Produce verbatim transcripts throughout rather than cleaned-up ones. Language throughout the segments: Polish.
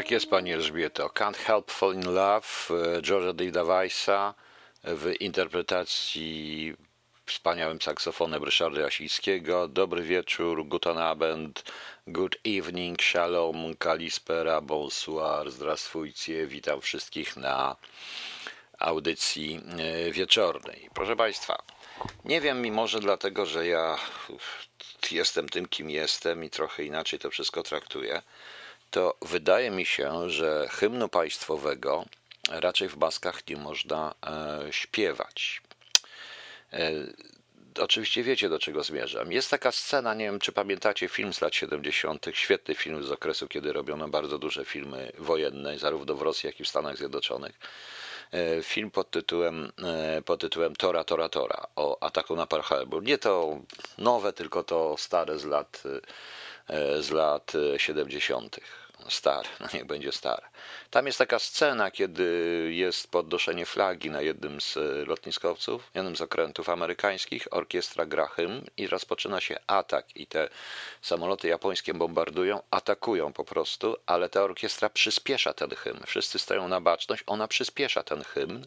Tak jest, Pani Elżbieto. Can't Help Fall in Love George'a Davida Weissa w interpretacji wspaniałym saksofonem Ryszarda Jasińskiego. Dobry wieczór, guten Abend, good evening, shalom, kalispera, bonsoir, zdrastwujcie. Witam wszystkich na audycji wieczornej. Proszę Państwa, nie wiem, mi może dlatego, że ja jestem tym, kim jestem i trochę inaczej to wszystko traktuję, to wydaje mi się, że hymnu państwowego raczej w Baskach nie można e, śpiewać. E, oczywiście wiecie, do czego zmierzam. Jest taka scena, nie wiem, czy pamiętacie film z lat siedemdziesiątych, świetny film z okresu, kiedy robiono bardzo duże filmy wojenne, zarówno w Rosji, jak i w Stanach Zjednoczonych. E, film pod tytułem, e, pod tytułem Tora, Tora, Tora, o ataku na Pearl Harbor. Nie to nowe, tylko to stare z lat z lat siedemdziesiątych. Star, no niech będzie star. Tam jest taka scena, kiedy jest podnoszenie flagi na jednym z lotniskowców, jednym z okrętów amerykańskich, orkiestra gra hymn i rozpoczyna się atak i te samoloty japońskie bombardują, atakują po prostu, ale ta orkiestra przyspiesza ten hymn. Wszyscy stoją na baczność, ona przyspiesza ten hymn,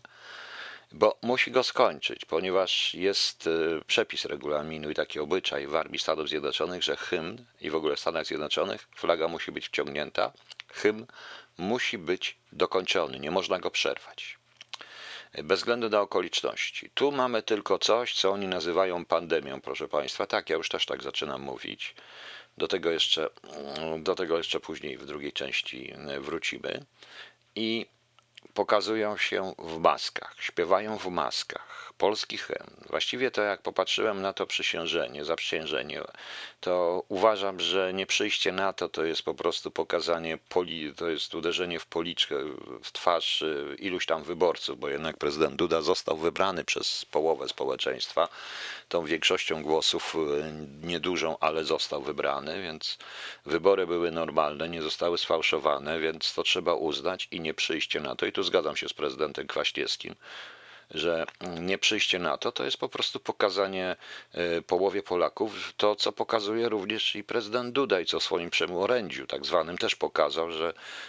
bo musi go skończyć, ponieważ jest przepis regulaminu i taki obyczaj w Armii Stanów Zjednoczonych, że hymn i w ogóle w Stanach Zjednoczonych flaga musi być wciągnięta, hymn musi być dokończony, nie można go przerwać. Bez względu na okoliczności. Tu mamy tylko coś, co oni nazywają pandemią, proszę Państwa. Tak, ja już też tak zaczynam mówić. Do tego jeszcze, do tego jeszcze później w drugiej części wrócimy. I pokazują się w maskach, śpiewają w maskach, polski hymn. Właściwie to jak popatrzyłem na to przysiężenie, zaprzysiężenie, to uważam, że nie przyjście na to to jest po prostu pokazanie, poli, to jest uderzenie w policzkę, w twarz iluś tam wyborców, bo jednak prezydent Duda został wybrany przez połowę społeczeństwa, tą większością głosów, niedużą, ale został wybrany, więc wybory były normalne, nie zostały sfałszowane, więc to trzeba uznać i nie przyjście na to. I tu zgadzam się z prezydentem Kwaśniewskim, że nie przyjście na to to jest po prostu pokazanie połowie Polaków to, co pokazuje również i prezydent Duda i co w swoim orędziu tak zwanym też pokazał, że,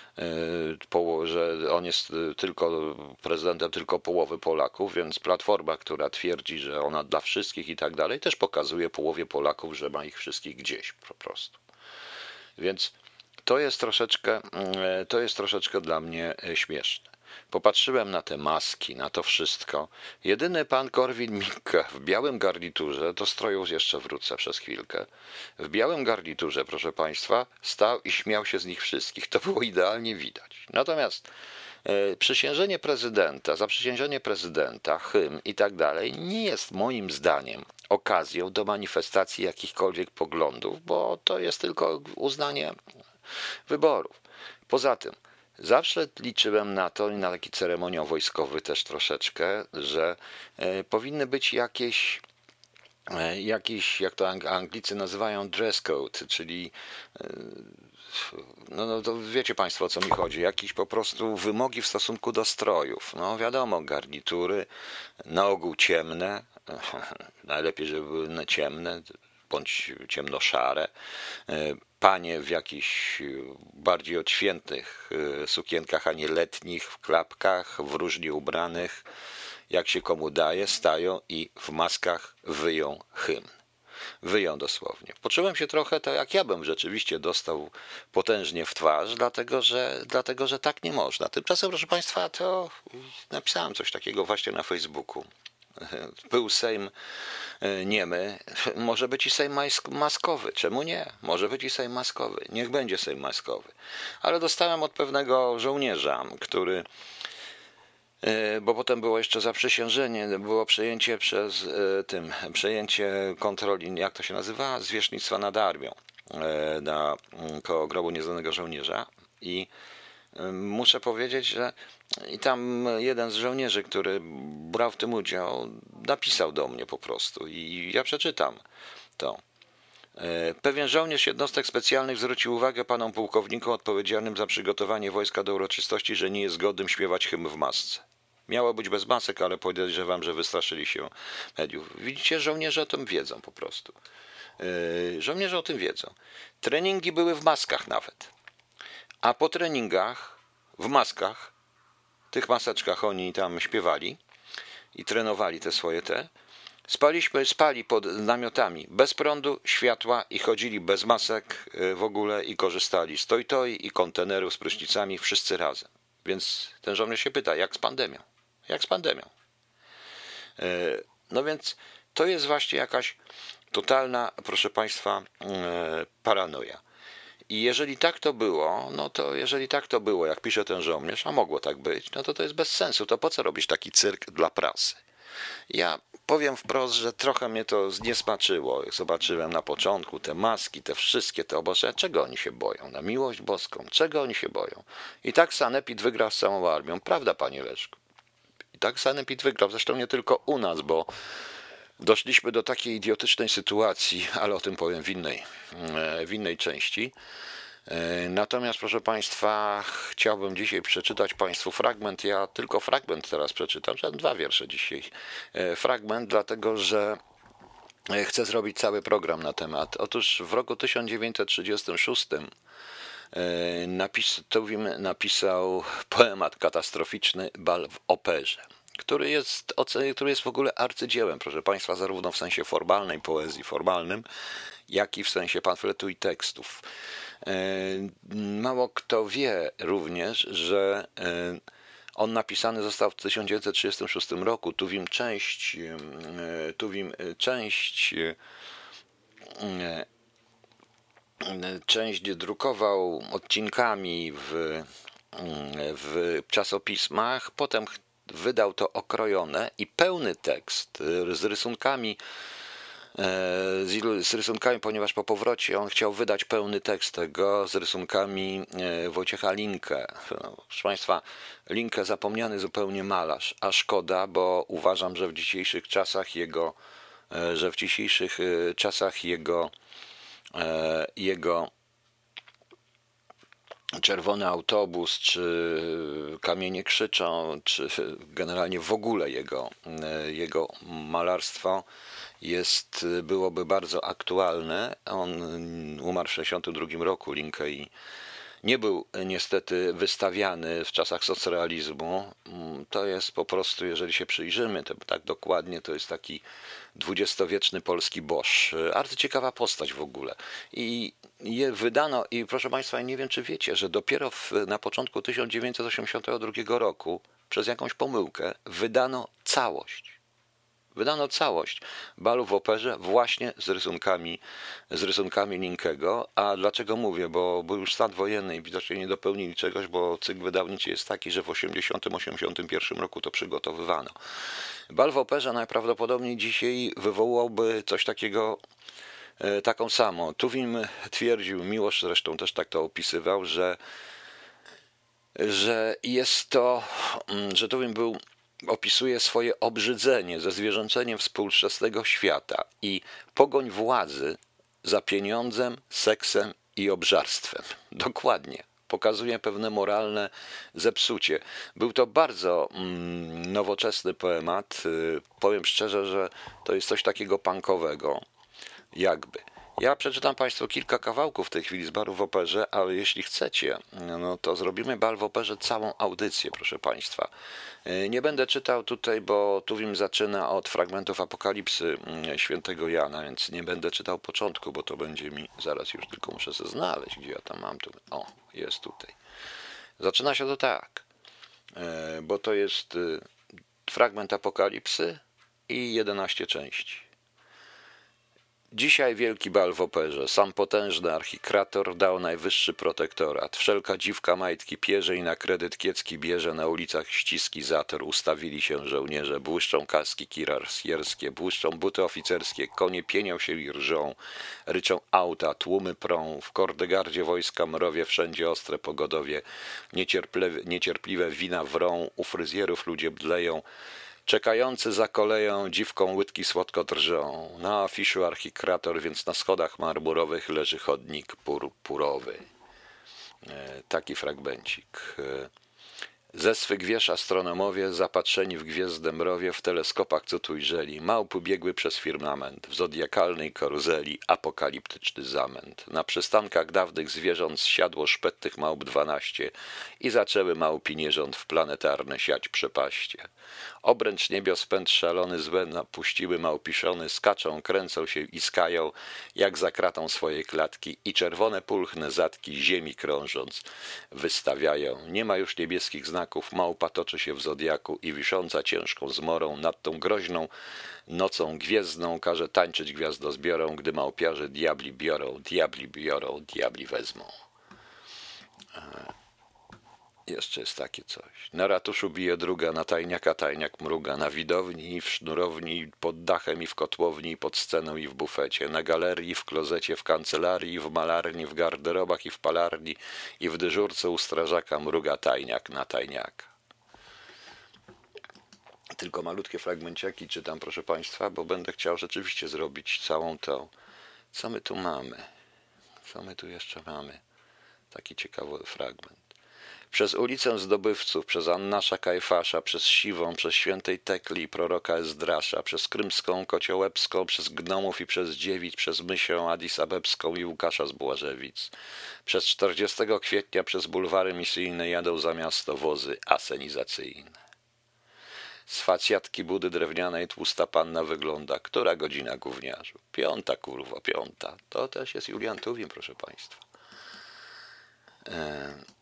że on jest tylko prezydentem tylko połowy Polaków, więc Platforma, która twierdzi, że ona dla wszystkich i tak dalej, też pokazuje połowie Polaków, że ma ich wszystkich gdzieś po prostu. Więc to jest troszeczkę, to jest troszeczkę dla mnie śmieszne. Popatrzyłem na te maski, na to wszystko. Jedyny pan Korwin-Mikke w białym garniturze, do strojów jeszcze wrócę przez chwilkę, w białym garniturze, proszę Państwa, stał i śmiał się z nich wszystkich. To było idealnie widać. Natomiast e, przysiężenie prezydenta, zaprzysiężenie prezydenta, hymn i tak dalej nie jest moim zdaniem okazją do manifestacji jakichkolwiek poglądów, bo to jest tylko uznanie wyborów. Poza tym, zawsze liczyłem na to i na taki ceremoniał wojskowy też troszeczkę, że e, powinny być jakieś, e, jakieś, jak to Anglicy nazywają, dress code, czyli e, no, no to wiecie Państwo, o co mi chodzi, jakieś po prostu wymogi w stosunku do strojów. No wiadomo, garnitury, na ogół ciemne, najlepiej, żeby były ciemne, bądź ciemnoszare, panie w jakichś bardziej odświętnych sukienkach, a nie letnich, w klapkach, w różnie ubranych, jak się komu daje, stają i w maskach wyją hymn. Wyją dosłownie. Poczułem się trochę tak, jak ja bym rzeczywiście dostał potężnie w twarz, dlatego że, dlatego, że tak nie można. Tymczasem, proszę Państwa, to napisałem coś takiego właśnie na Facebooku. Był Sejm niemy, może być i Sejm maskowy. Czemu nie? Może być i Sejm maskowy. Niech będzie Sejm maskowy. Ale dostałem od pewnego żołnierza, który, bo potem było jeszcze zaprzysiężenie, było przejęcie przez tym, przejęcie kontroli, jak to się nazywa? Zwierzchnictwa nad armią, na koło grobu nieznanego żołnierza i muszę powiedzieć, że i tam jeden z żołnierzy, który brał w tym udział, napisał do mnie po prostu i ja przeczytam to. Pewien żołnierz jednostek specjalnych zwrócił uwagę panom pułkownikom odpowiedzialnym za przygotowanie wojska do uroczystości, że nie jest godnym śpiewać hymn w masce. Miało być bez masek, ale podejrzewam, że wystraszyli się mediów. Widzicie, żołnierze o tym wiedzą po prostu. Żołnierze o tym wiedzą. Treningi były w maskach nawet. A po treningach, w maskach, tych maseczkach oni tam śpiewali i trenowali te swoje te. Spaliśmy, spali pod namiotami, bez prądu, światła i chodzili bez masek w ogóle i korzystali z toj-toj i kontenerów z prysznicami, wszyscy razem. Więc ten żołnierz się pyta, jak z pandemią? Jak z pandemią? No więc to jest właśnie jakaś totalna, proszę Państwa, paranoja. I jeżeli tak to było, no to jeżeli tak to było, jak pisze ten żołnierz, a mogło tak być, no to to jest bez sensu. To po co robić taki cyrk dla prasy? Ja powiem wprost, że trochę mnie to zniesmaczyło. Jak zobaczyłem na początku te maski, te wszystkie te obozy, czego oni się boją? Na miłość boską, czego oni się boją? I tak Sanepid wygrał z całą armią, prawda, panie Leszku? I tak Sanepid wygrał, zresztą nie tylko u nas, bo doszliśmy do takiej idiotycznej sytuacji, ale o tym powiem w innej, w innej części. Natomiast, proszę Państwa, chciałbym dzisiaj przeczytać Państwu fragment. Ja tylko fragment teraz przeczytam, że dwa wiersze dzisiaj. Fragment, dlatego że chcę zrobić cały program na temat. Otóż w roku tysiąc dziewięćset trzydziestym szóstym napis, Tuwim napisał poemat katastroficzny Bal w operze, który jest, który jest w ogóle arcydziełem, proszę Państwa, zarówno w sensie formalnej poezji, formalnym, jak i w sensie pamfletu i tekstów. Mało kto wie również, że on napisany został w tysiąc dziewięćset trzydziestym szóstym roku. Tuwim część, Tuwim część, część drukował odcinkami w, w czasopismach, potem wydał to okrojone i pełny tekst z rysunkami, z rysunkami, ponieważ po powrocie on chciał wydać pełny tekst tego z rysunkami Wojciecha Linkę. Proszę Państwa, Linkę zapomniany zupełnie malarz, a szkoda, bo uważam, że w dzisiejszych czasach jego, że w dzisiejszych czasach jego, jego Czerwony autobus, czy Kamienie krzyczą, czy generalnie w ogóle jego, jego malarstwo jest, byłoby bardzo aktualne. On umarł w sześćdziesiątym drugim roku, Linkę, i nie był niestety wystawiany w czasach socrealizmu. To jest po prostu, jeżeli się przyjrzymy to tak dokładnie, to jest taki dwudziestowieczny polski Bosch. Arcyciekawa postać w ogóle. I je wydano, i proszę Państwa, nie wiem czy wiecie, że dopiero w, na początku tysiąc dziewięćset osiemdziesiątego drugiego roku przez jakąś pomyłkę wydano całość. Wydano całość Balu w operze właśnie z rysunkami, z rysunkami Linkego. A dlaczego mówię? Bo był już stan wojenny i widocznie nie dopełnili czegoś, bo cykl wydawniczy jest taki, że w osiemdziesiątym osiemdziesiątym pierwszym roku to przygotowywano. Bal w operze najprawdopodobniej dzisiaj wywołałby coś takiego, taką samą. Tuwim twierdził, Miłosz zresztą też tak to opisywał, że, że jest to, że Tuwim był opisuje swoje obrzydzenie ze zwierzęceniem współczesnego świata i pogoń władzy za pieniądzem, seksem i obżarstwem. Dokładnie. Pokazuje pewne moralne zepsucie. Był to bardzo mm, nowoczesny poemat. Powiem szczerze, że to jest coś takiego punkowego. Jakby. Ja przeczytam Państwu kilka kawałków w tej chwili z Balu w operze, ale jeśli chcecie, no to zrobimy Bal w operze całą audycję, proszę Państwa. Nie będę czytał tutaj, bo Tuwim zaczyna od fragmentów Apokalipsy świętego Jana, więc nie będę czytał początku, bo to będzie mi, zaraz już tylko muszę sobie znaleźć, gdzie ja tam mam. Tu. O, jest tutaj. Zaczyna się to tak, bo to jest fragment Apokalipsy i jedenaście części. Dzisiaj wielki bal w operze, sam potężny archikrator dał najwyższy protektorat. Wszelka dziwka majtki pierze i na kredyt kiecki bierze, na ulicach ściski zator. Ustawili się żołnierze, błyszczą kaski kirarsierskie, błyszczą buty oficerskie, konie pienią się i rżą. Ryczą auta, tłumy prą, w Kordegardzie wojska mrowie, wszędzie ostre pogodowie. Niecierpliwe, niecierpliwe wina wrą, u fryzjerów ludzie bdleją. Czekający za koleją dziwką łydki słodko drżą. Na afiszu archikrator, więc na schodach marmurowych leży chodnik purpurowy. Taki fragmencik. Ze swych wież astronomowie, zapatrzeni w gwiezdne mrowie, w teleskopach co tu ujrzeli, małpy biegły przez firmament, w zodiakalnej karuzeli apokaliptyczny zamęt. Na przystankach dawnych zwierząt zsiadło szpetnych małp dwanaście i zaczęły małpi nierząd w planetarne siać przepaście. Obręcz niebios pęd szalony złe napuściły małpiszony, skaczą, kręcą się i skają, jak za kratą swoje klatki i czerwone pulchne zatki ziemi krążąc wystawiają. Nie ma już niebieskich znaków, małpa toczy się w zodiaku i wisząca ciężką zmorą nad tą groźną nocą gwiezdną każe tańczyć gwiazdozbiorą, gdy małpiarze diabli biorą, diabli biorą, diabli wezmą. Jeszcze jest takie coś. Na ratuszu bije druga, na tajniaka tajniak mruga, na widowni i w sznurowni, pod dachem i w kotłowni, i pod sceną i w bufecie, na galerii, w klozecie, w kancelarii, w malarni, w garderobach i w palarni, i w dyżurce u strażaka mruga tajniak na tajniaka. Tylko malutkie fragmenciaki czytam, proszę Państwa, bo będę chciał rzeczywiście zrobić całą tą... Co my tu mamy? Co my tu jeszcze mamy? Taki ciekawy fragment. Przez ulicę zdobywców, przez Annasza Kajfasza, przez Siwą, przez świętej Tekli i proroka Ezdrasza, przez Krymską, Kociołebską, przez Gnomów i przez Dziewic, przez Mysię Addis Abebską i Łukasza z Błażewic. Przez czterdziestego kwietnia przez bulwary misyjne jadą za miasto wozy asenizacyjne. Z facjatki budy drewnianej tłusta panna wygląda. Która godzina, gówniarzu? Piąta, kurwa, piąta. To też jest Julian Tuwim, proszę Państwa. Eee.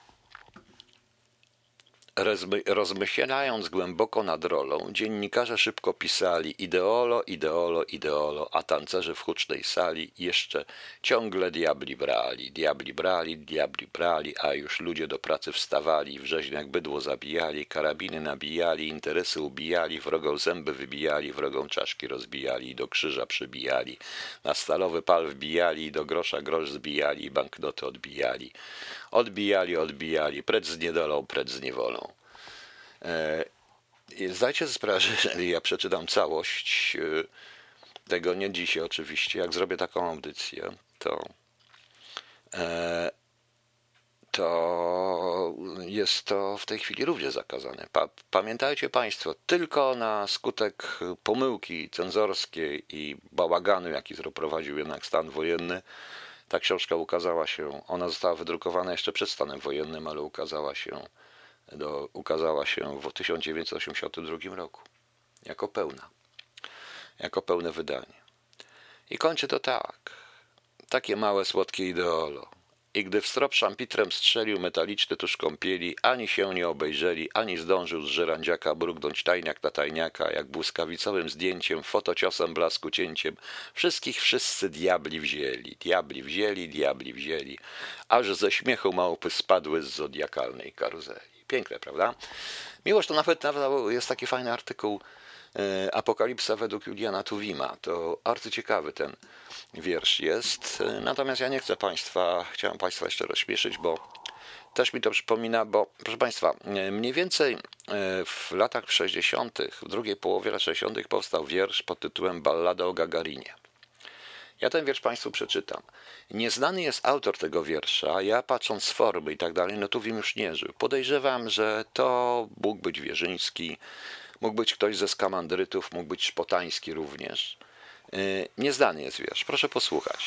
Rozmyślając głęboko nad rolą, dziennikarze szybko pisali ideolo, ideolo, ideolo, a tancerze w hucznej sali jeszcze ciągle diabli brali, diabli brali, diabli brali, a już ludzie do pracy wstawali, w rzeźniach bydło zabijali, karabiny nabijali, interesy ubijali, wrogą zęby wybijali, wrogą czaszki rozbijali i do krzyża przybijali, na stalowy pal wbijali i do grosza grosz zbijali i banknoty odbijali. Odbijali, odbijali, precz z niedolą, precz z niewolą. E, zdajcie sobie sprawę, że jeżeli ja przeczytam całość e, tego, nie dzisiaj oczywiście, jak zrobię taką audycję, to, e, to jest to w tej chwili również zakazane. Pa, pamiętajcie Państwo, tylko na skutek pomyłki cenzorskiej i bałaganu, jaki prowadził jednak stan wojenny, ta książka ukazała się, ona została wydrukowana jeszcze przed stanem wojennym, ale ukazała się, do, ukazała się w tysiąc dziewięćset osiemdziesiątym drugim roku. Jako pełna. Jako pełne wydanie. I kończy to tak. Takie małe, słodkie ideolo. I gdy w strop szampitrem strzelił metaliczny tuż kąpieli, ani się nie obejrzeli, ani zdążył z żerandziaka mrugnąć tajniak na tajniaka, jak błyskawicowym zdjęciem, fotociosem, blasku cięciem, wszystkich wszyscy diabli wzięli, diabli wzięli, diabli wzięli, aż ze śmiechu małpy spadły z zodiakalnej karuzeli. Piękne, prawda? Miłość to nawet, nawet jest taki fajny artykuł e, Apokalipsa według Juliana Tuwima. To arcyciekawy ten wiersz jest. Natomiast ja nie chcę Państwa, chciałem Państwa jeszcze rozśmieszyć, bo też mi to przypomina, bo proszę Państwa, mniej więcej w latach sześćdziesiątych, w drugiej połowie lat sześćdziesiątych powstał wiersz pod tytułem Ballada o Gagarinie. Ja ten wiersz Państwu przeczytam. Nieznany jest autor tego wiersza, ja patrząc z formy i tak dalej, no Tuwim już nie żył. Podejrzewam, że to mógł być Wierzyński, mógł być ktoś ze skamandrytów, mógł być Szpotański również. Nieznany jest wiersz. Proszę posłuchać.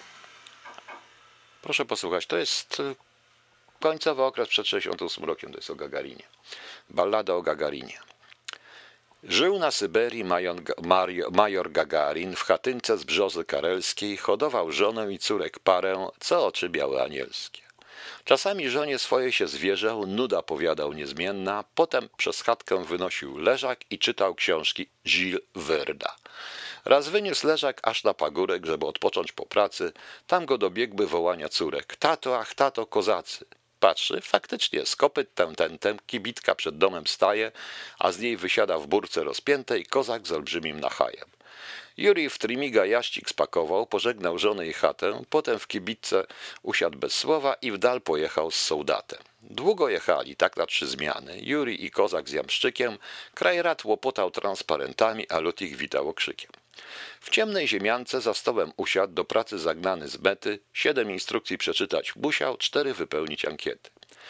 Proszę posłuchać. To jest końcowy okres przed sześćdziesiątym ósmym rokiem. To jest o Gagarinie. Ballada o Gagarinie. Żył na Syberii major, major Gagarin w chatynce z brzozy karelskiej, hodował żonę i córek parę, co oczy białe anielskie. Czasami żonie swojej się zwierzał, nuda powiadał niezmienna, potem przez chatkę wynosił leżak i czytał książki Jules Verne'a. Raz wyniósł leżak aż na pagórek, żeby odpocząć po pracy, tam go dobiegły wołania córek. Tato, ach tato, kozacy. Patrzy, faktycznie, z kopyt tem, tem, tem, kibitka przed domem staje, a z niej wysiada w burce rozpiętej kozak z olbrzymim nachajem. Jurij w trymiga jaścik spakował, pożegnał żonę i chatę, potem w kibitce usiadł bez słowa i w dal pojechał z sołdatem. Długo jechali, tak na trzy zmiany, Jurij i kozak z jamszczykiem, krajrat łopotał transparentami, a lud ich witał okrzykiem. W ciemnej ziemiance za stołem usiadł, do pracy zagnany z mety, siedem instrukcji przeczytać musiał, cztery wypełnić ankiety.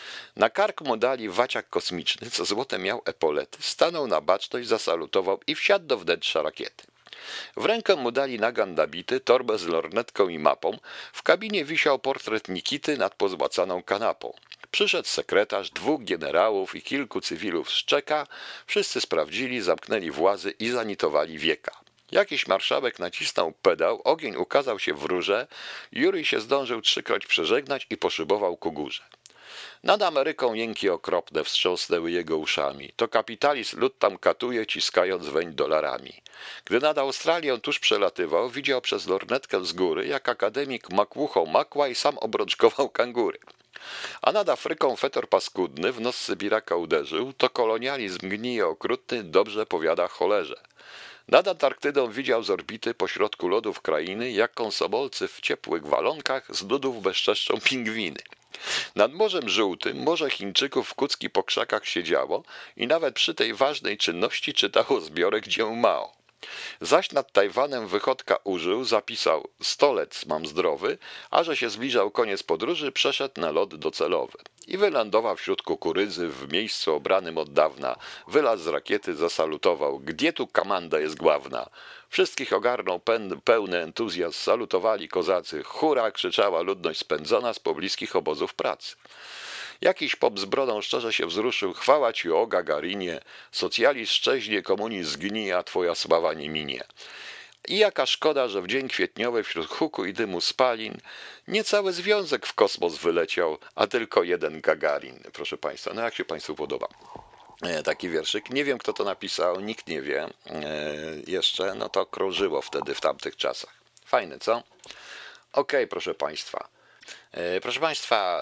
Na kark mu dali waciak kosmiczny, co złote miał epolety, stanął na baczność, zasalutował i wsiadł do wnętrza rakiety. W rękę mu dali nagan nabity, torbę z lornetką i mapą. W kabinie wisiał portret Nikity nad pozłacaną kanapą. Przyszedł sekretarz, dwóch generałów i kilku cywilów z czeka. Wszyscy sprawdzili, zamknęli włazy i zanitowali wieka. Jakiś marszałek nacisnął pedał, ogień ukazał się w rurze. Jury się zdążył trzykroć przeżegnać i poszybował ku górze. Nad Ameryką jęki okropne wstrząsnęły jego uszami. To kapitalizm lud tam katuje, ciskając weń dolarami. Gdy nad Australią tuż przelatywał, widział przez lornetkę z góry, jak akademik makłuchą makła i sam obrączkował kangury. A nad Afryką fetor paskudny w nos Sybiraka uderzył, to kolonializm gnije okrutny, dobrze powiada cholerze. Nad Antarktydą widział z orbity pośrodku lodów krainy, jak konsobolcy w ciepłych walonkach z nudów bezczeszczą pingwiny. Nad Morzem Żółtym morze Chińczyków w kucki po krzakach siedziało i nawet przy tej ważnej czynności czytało zbiorek dzieł Mao. Zaś nad Tajwanem wychodka użył, zapisał stolec mam zdrowy, a że się zbliżał koniec podróży, przeszedł na lot docelowy. I wylądował wśród kukurydzy w miejscu obranym od dawna. Wylazł z rakiety, zasalutował. Gdzie tu komanda jest główna? Wszystkich ogarnął pen, pełny entuzjazm, salutowali kozacy. Hura, krzyczała ludność spędzona z pobliskich obozów pracy. Jakiś pop z brodą szczerze się wzruszył. Chwała ci o Gagarinie. Socjalizm szczeźnie, komunizm zgnije, a twoja sława nie minie. I jaka szkoda, że w dzień kwietniowy wśród huku i dymu spalin nie cały związek w kosmos wyleciał, a tylko jeden Gagarin. Proszę państwa, no jak się państwu podoba taki wierszyk? Nie wiem, kto to napisał, nikt nie wie jeszcze, no to krążyło wtedy w tamtych czasach. Fajne, co? Okej, proszę państwa. Proszę państwa,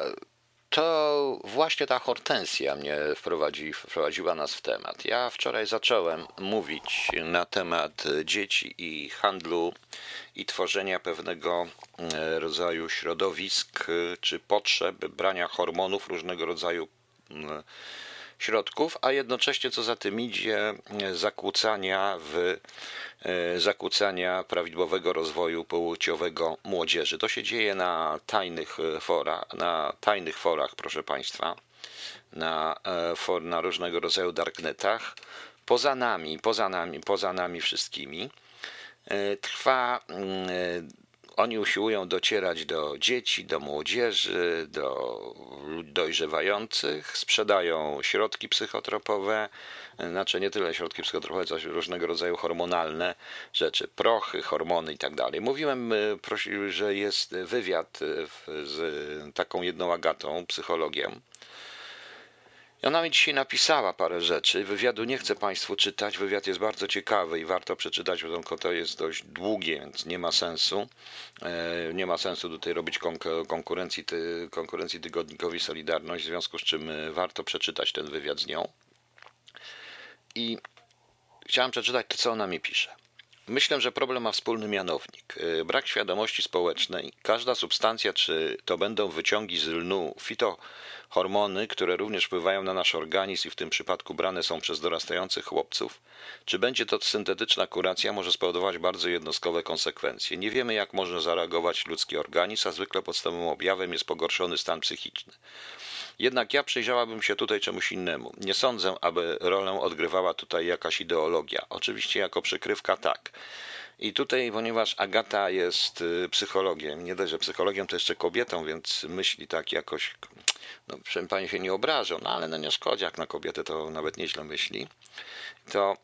to właśnie ta hortensja mnie wprowadzi, wprowadziła nas w temat. Ja wczoraj zacząłem mówić na temat dzieci i handlu i tworzenia pewnego rodzaju środowisk czy potrzeb brania hormonów, różnego rodzaju środków, a jednocześnie co za tym idzie zakłócania w zakłócania prawidłowego rozwoju płciowego młodzieży. To się dzieje na tajnych forach, na tajnych forach, proszę państwa, na, for, na różnego rodzaju darknetach, poza nami, poza nami, poza nami wszystkimi. Trwa, oni usiłują docierać do dzieci, do młodzieży, do dojrzewających, sprzedają środki psychotropowe, znaczy nie tyle środki psychotropowe, co różnego rodzaju hormonalne rzeczy, prochy, hormony i tak dalej. Mówiłem, prosił, że jest wywiad z taką jedną Agatą, psychologiem. I ona mi dzisiaj napisała parę rzeczy. Wywiadu nie chcę państwu czytać. Wywiad jest bardzo ciekawy i warto przeczytać, bo to jest dość długie, więc nie ma sensu. Nie ma sensu tutaj robić konkurencji, konkurencji tygodnikowi Solidarność, w związku z czym warto przeczytać ten wywiad z nią. I chciałem przeczytać to, co ona mi pisze. Myślę, że problem ma wspólny mianownik. Brak świadomości społecznej. Każda substancja, czy to będą wyciągi z lnu, fitohormony, które również wpływają na nasz organizm i w tym przypadku brane są przez dorastających chłopców, czy będzie to syntetyczna kuracja, może spowodować bardzo jednostkowe konsekwencje. Nie wiemy, jak może zareagować ludzki organizm, a zwykle podstawowym objawem jest pogorszony stan psychiczny. Jednak ja przyjrzałabym się tutaj czemuś innemu. Nie sądzę, aby rolę odgrywała tutaj jakaś ideologia. Oczywiście jako przykrywka tak. I tutaj, ponieważ Agata jest psychologiem, nie dość, że psychologiem, to jeszcze kobietą, więc myśli tak jakoś, no pani się nie obrażą, no ale no nie szkodzi, jak na kobietę to nawet nieźle myśli, to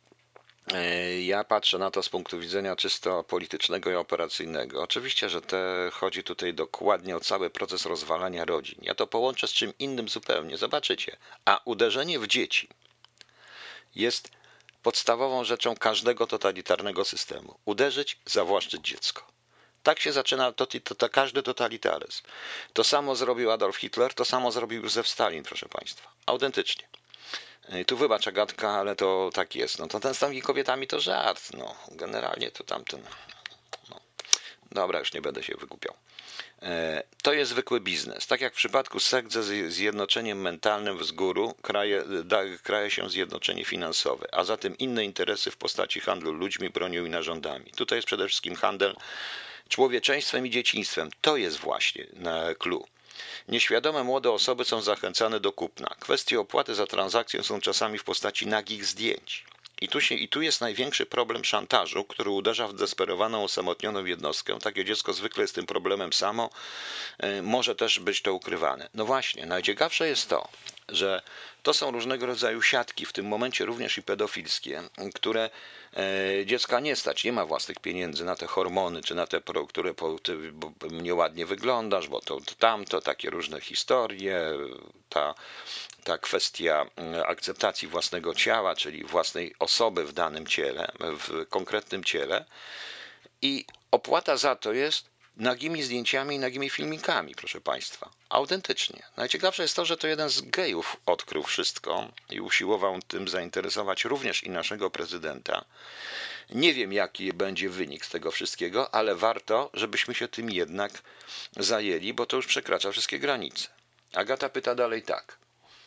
ja patrzę na to z punktu widzenia czysto politycznego i operacyjnego. Oczywiście, że te, chodzi tutaj dokładnie o cały proces rozwalania rodzin. Ja to połączę z czym innym zupełnie. Zobaczycie. A uderzenie w dzieci jest podstawową rzeczą każdego totalitarnego systemu. Uderzyć, zawłaszczyć dziecko. Tak się zaczyna to, to, to każdy totalitaryzm. To samo zrobił Adolf Hitler, to samo zrobił Józef Stalin, proszę państwa. Autentycznie. Tu wybacz Agatka, ale to tak jest. No to ten z tymi kobietami to żart. No, generalnie to tamten. No. Dobra, już nie będę się wygłupiał. To jest zwykły biznes. Tak jak w przypadku sekt ze zjednoczeniem mentalnym wzgóru kraje, da, kraje się zjednoczenie finansowe, a zatem inne interesy w postaci handlu ludźmi, bronią i narządami. Tutaj jest przede wszystkim handel człowieczeństwem i dzieciństwem. To jest właśnie clue. Nieświadome młode osoby są zachęcane do kupna. Kwestie opłaty za transakcję są czasami w postaci nagich zdjęć. I tu, się, I tu jest największy problem szantażu, który uderza w zdesperowaną, osamotnioną jednostkę. Takie dziecko zwykle jest tym problemem samo. Może też być to ukrywane. No właśnie, najciekawsze jest to, że to są różnego rodzaju siatki, w tym momencie również i pedofilskie, które dziecka nie stać, nie ma własnych pieniędzy na te hormony, czy na te, które po, ty, bo nieładnie wyglądasz, bo to, to tamto, takie różne historie, ta, ta kwestia akceptacji własnego ciała, czyli własnej osoby w danym ciele, w konkretnym ciele i opłata za to jest nagimi zdjęciami i nagimi filmikami, proszę Państwa. Autentycznie. Najciekawsze jest to, że to jeden z gejów odkrył wszystko i usiłował tym zainteresować również i naszego prezydenta. Nie wiem, jaki będzie wynik z tego wszystkiego, ale warto, żebyśmy się tym jednak zajęli, bo to już przekracza wszystkie granice. Agata pyta dalej tak.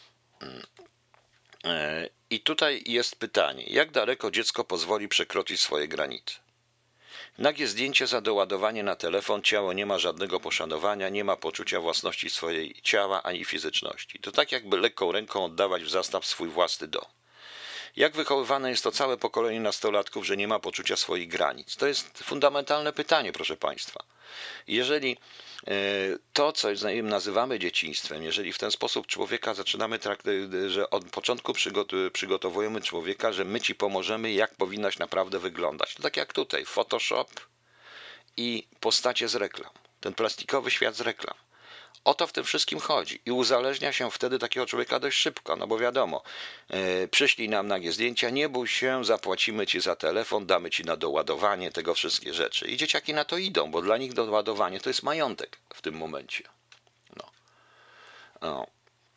I tutaj jest pytanie, jak daleko dziecko pozwoli przekroczyć swoje granice? Nagie zdjęcie za doładowanie na telefon, ciało nie ma żadnego poszanowania, nie ma poczucia własności swojej ciała ani fizyczności. To tak jakby lekką ręką oddawać w zastaw swój własny dom. Jak wychowywane jest to całe pokolenie nastolatków, że nie ma poczucia swoich granic? To jest fundamentalne pytanie, proszę Państwa. Jeżeli to, co nazywamy dzieciństwem, jeżeli w ten sposób człowieka zaczynamy traktować, że od początku przygotowujemy człowieka, że my ci pomożemy, jak powinnaś naprawdę wyglądać. To tak jak tutaj, Photoshop i postacie z reklam. Ten plastikowy świat z reklam. O to w tym wszystkim chodzi i uzależnia się wtedy takiego człowieka dość szybko, no bo wiadomo, yy, przyślij nam nagie zdjęcia, nie bój się, zapłacimy ci za telefon, damy ci na doładowanie tego wszystkie rzeczy. I dzieciaki na to idą, bo dla nich doładowanie to jest majątek w tym momencie. No. No.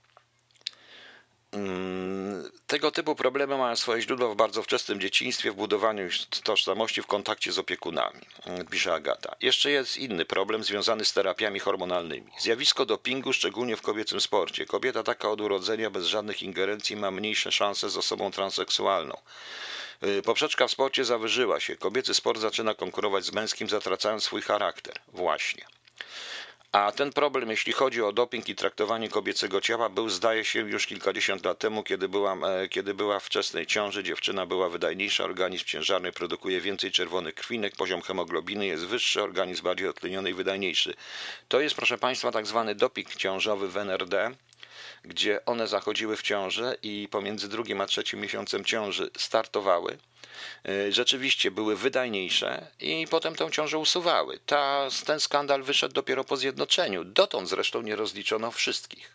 Tego typu problemy mają swoje źródło w bardzo wczesnym dzieciństwie, w budowaniu tożsamości, w kontakcie z opiekunami, pisze Agata. Jeszcze jest inny problem związany z terapiami hormonalnymi. Zjawisko dopingu, szczególnie w kobiecym sporcie. Kobieta taka od urodzenia bez żadnych ingerencji ma mniejsze szanse z osobą transseksualną. Poprzeczka w sporcie zawyżyła się. Kobiecy sport zaczyna konkurować z męskim, zatracając swój charakter. Właśnie. A ten problem, jeśli chodzi o doping i traktowanie kobiecego ciała, był, zdaje się, już kilkadziesiąt lat temu, kiedy była, kiedy była w wczesnej ciąży, dziewczyna była wydajniejsza, organizm ciężarny produkuje więcej czerwonych krwinek, poziom hemoglobiny jest wyższy, organizm bardziej odtleniony i wydajniejszy. To jest, proszę Państwa, tak zwany doping ciążowy w N R D, gdzie one zachodziły w ciążę i pomiędzy drugim a trzecim miesiącem ciąży startowały. Rzeczywiście były wydajniejsze i potem tę ciążę usuwały. Ta, ten skandal wyszedł dopiero po zjednoczeniu. Dotąd zresztą nie rozliczono wszystkich.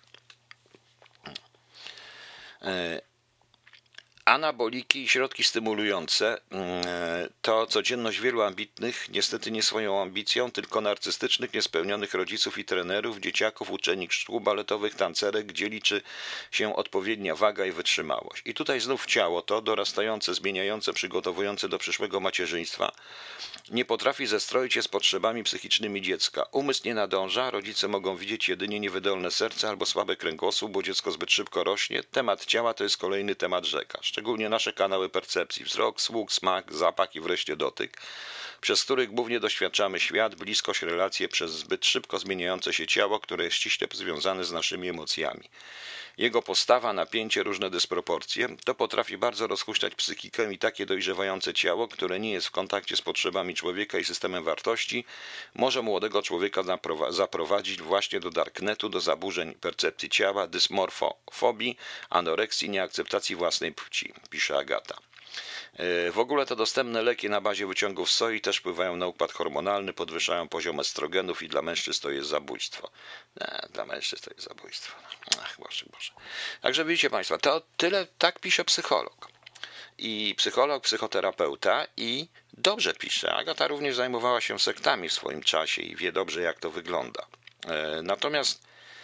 Anaboliki i środki stymulujące to codzienność wielu ambitnych, niestety nie swoją ambicją, tylko narcystycznych, niespełnionych rodziców i trenerów, dzieciaków, uczennik szkół baletowych, tancerek, gdzie liczy się odpowiednia waga i wytrzymałość. I tutaj znów ciało to, dorastające, zmieniające, przygotowujące do przyszłego macierzyństwa, nie potrafi zestroić się z potrzebami psychicznymi dziecka. Umysł nie nadąża, rodzice mogą widzieć jedynie niewydolne serce albo słaby kręgosłup, bo dziecko zbyt szybko rośnie. Temat ciała to jest kolejny temat rzeka. Szczególnie nasze kanały percepcji, wzrok, słuch, smak, zapach i wreszcie dotyk, przez których głównie doświadczamy świat, bliskość, relacje przez zbyt szybko zmieniające się ciało, które jest ściśle związane z naszymi emocjami. Jego postawa, napięcie, różne dysproporcje, to potrafi bardzo rozhuśtać psychikę i takie dojrzewające ciało, które nie jest w kontakcie z potrzebami człowieka i systemem wartości, może młodego człowieka zaprowadzić właśnie do darknetu, do zaburzeń percepcji ciała, dysmorfofobii, anoreksji, nieakceptacji własnej płci, pisze Agata. W ogóle te dostępne leki na bazie wyciągów soi też wpływają na układ hormonalny, podwyższają poziom estrogenów i dla mężczyzn to jest zabójstwo. Nie, dla mężczyzn to jest zabójstwo. Ach, Boże, Boże. Także widzicie Państwo, to tyle, tak pisze psycholog. I psycholog, psychoterapeuta i dobrze pisze. Agata również zajmowała się sektami w swoim czasie i wie dobrze, jak to wygląda. Natomiast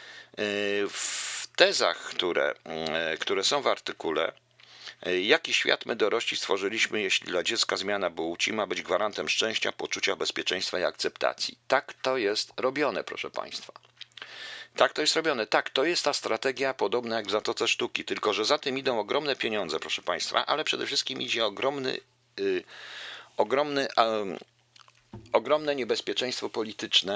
w tezach, które, które są w artykule, jaki świat my dorośli stworzyliśmy, jeśli dla dziecka zmiana płci ma być gwarantem szczęścia, poczucia bezpieczeństwa i akceptacji? Tak to jest robione, proszę Państwa. Tak to jest robione. Tak, to jest ta strategia podobna jak w Zatoce Sztuki, tylko że za tym idą ogromne pieniądze, proszę Państwa, ale przede wszystkim idzie ogromny, yy, ogromny, yy, ogromne niebezpieczeństwo polityczne,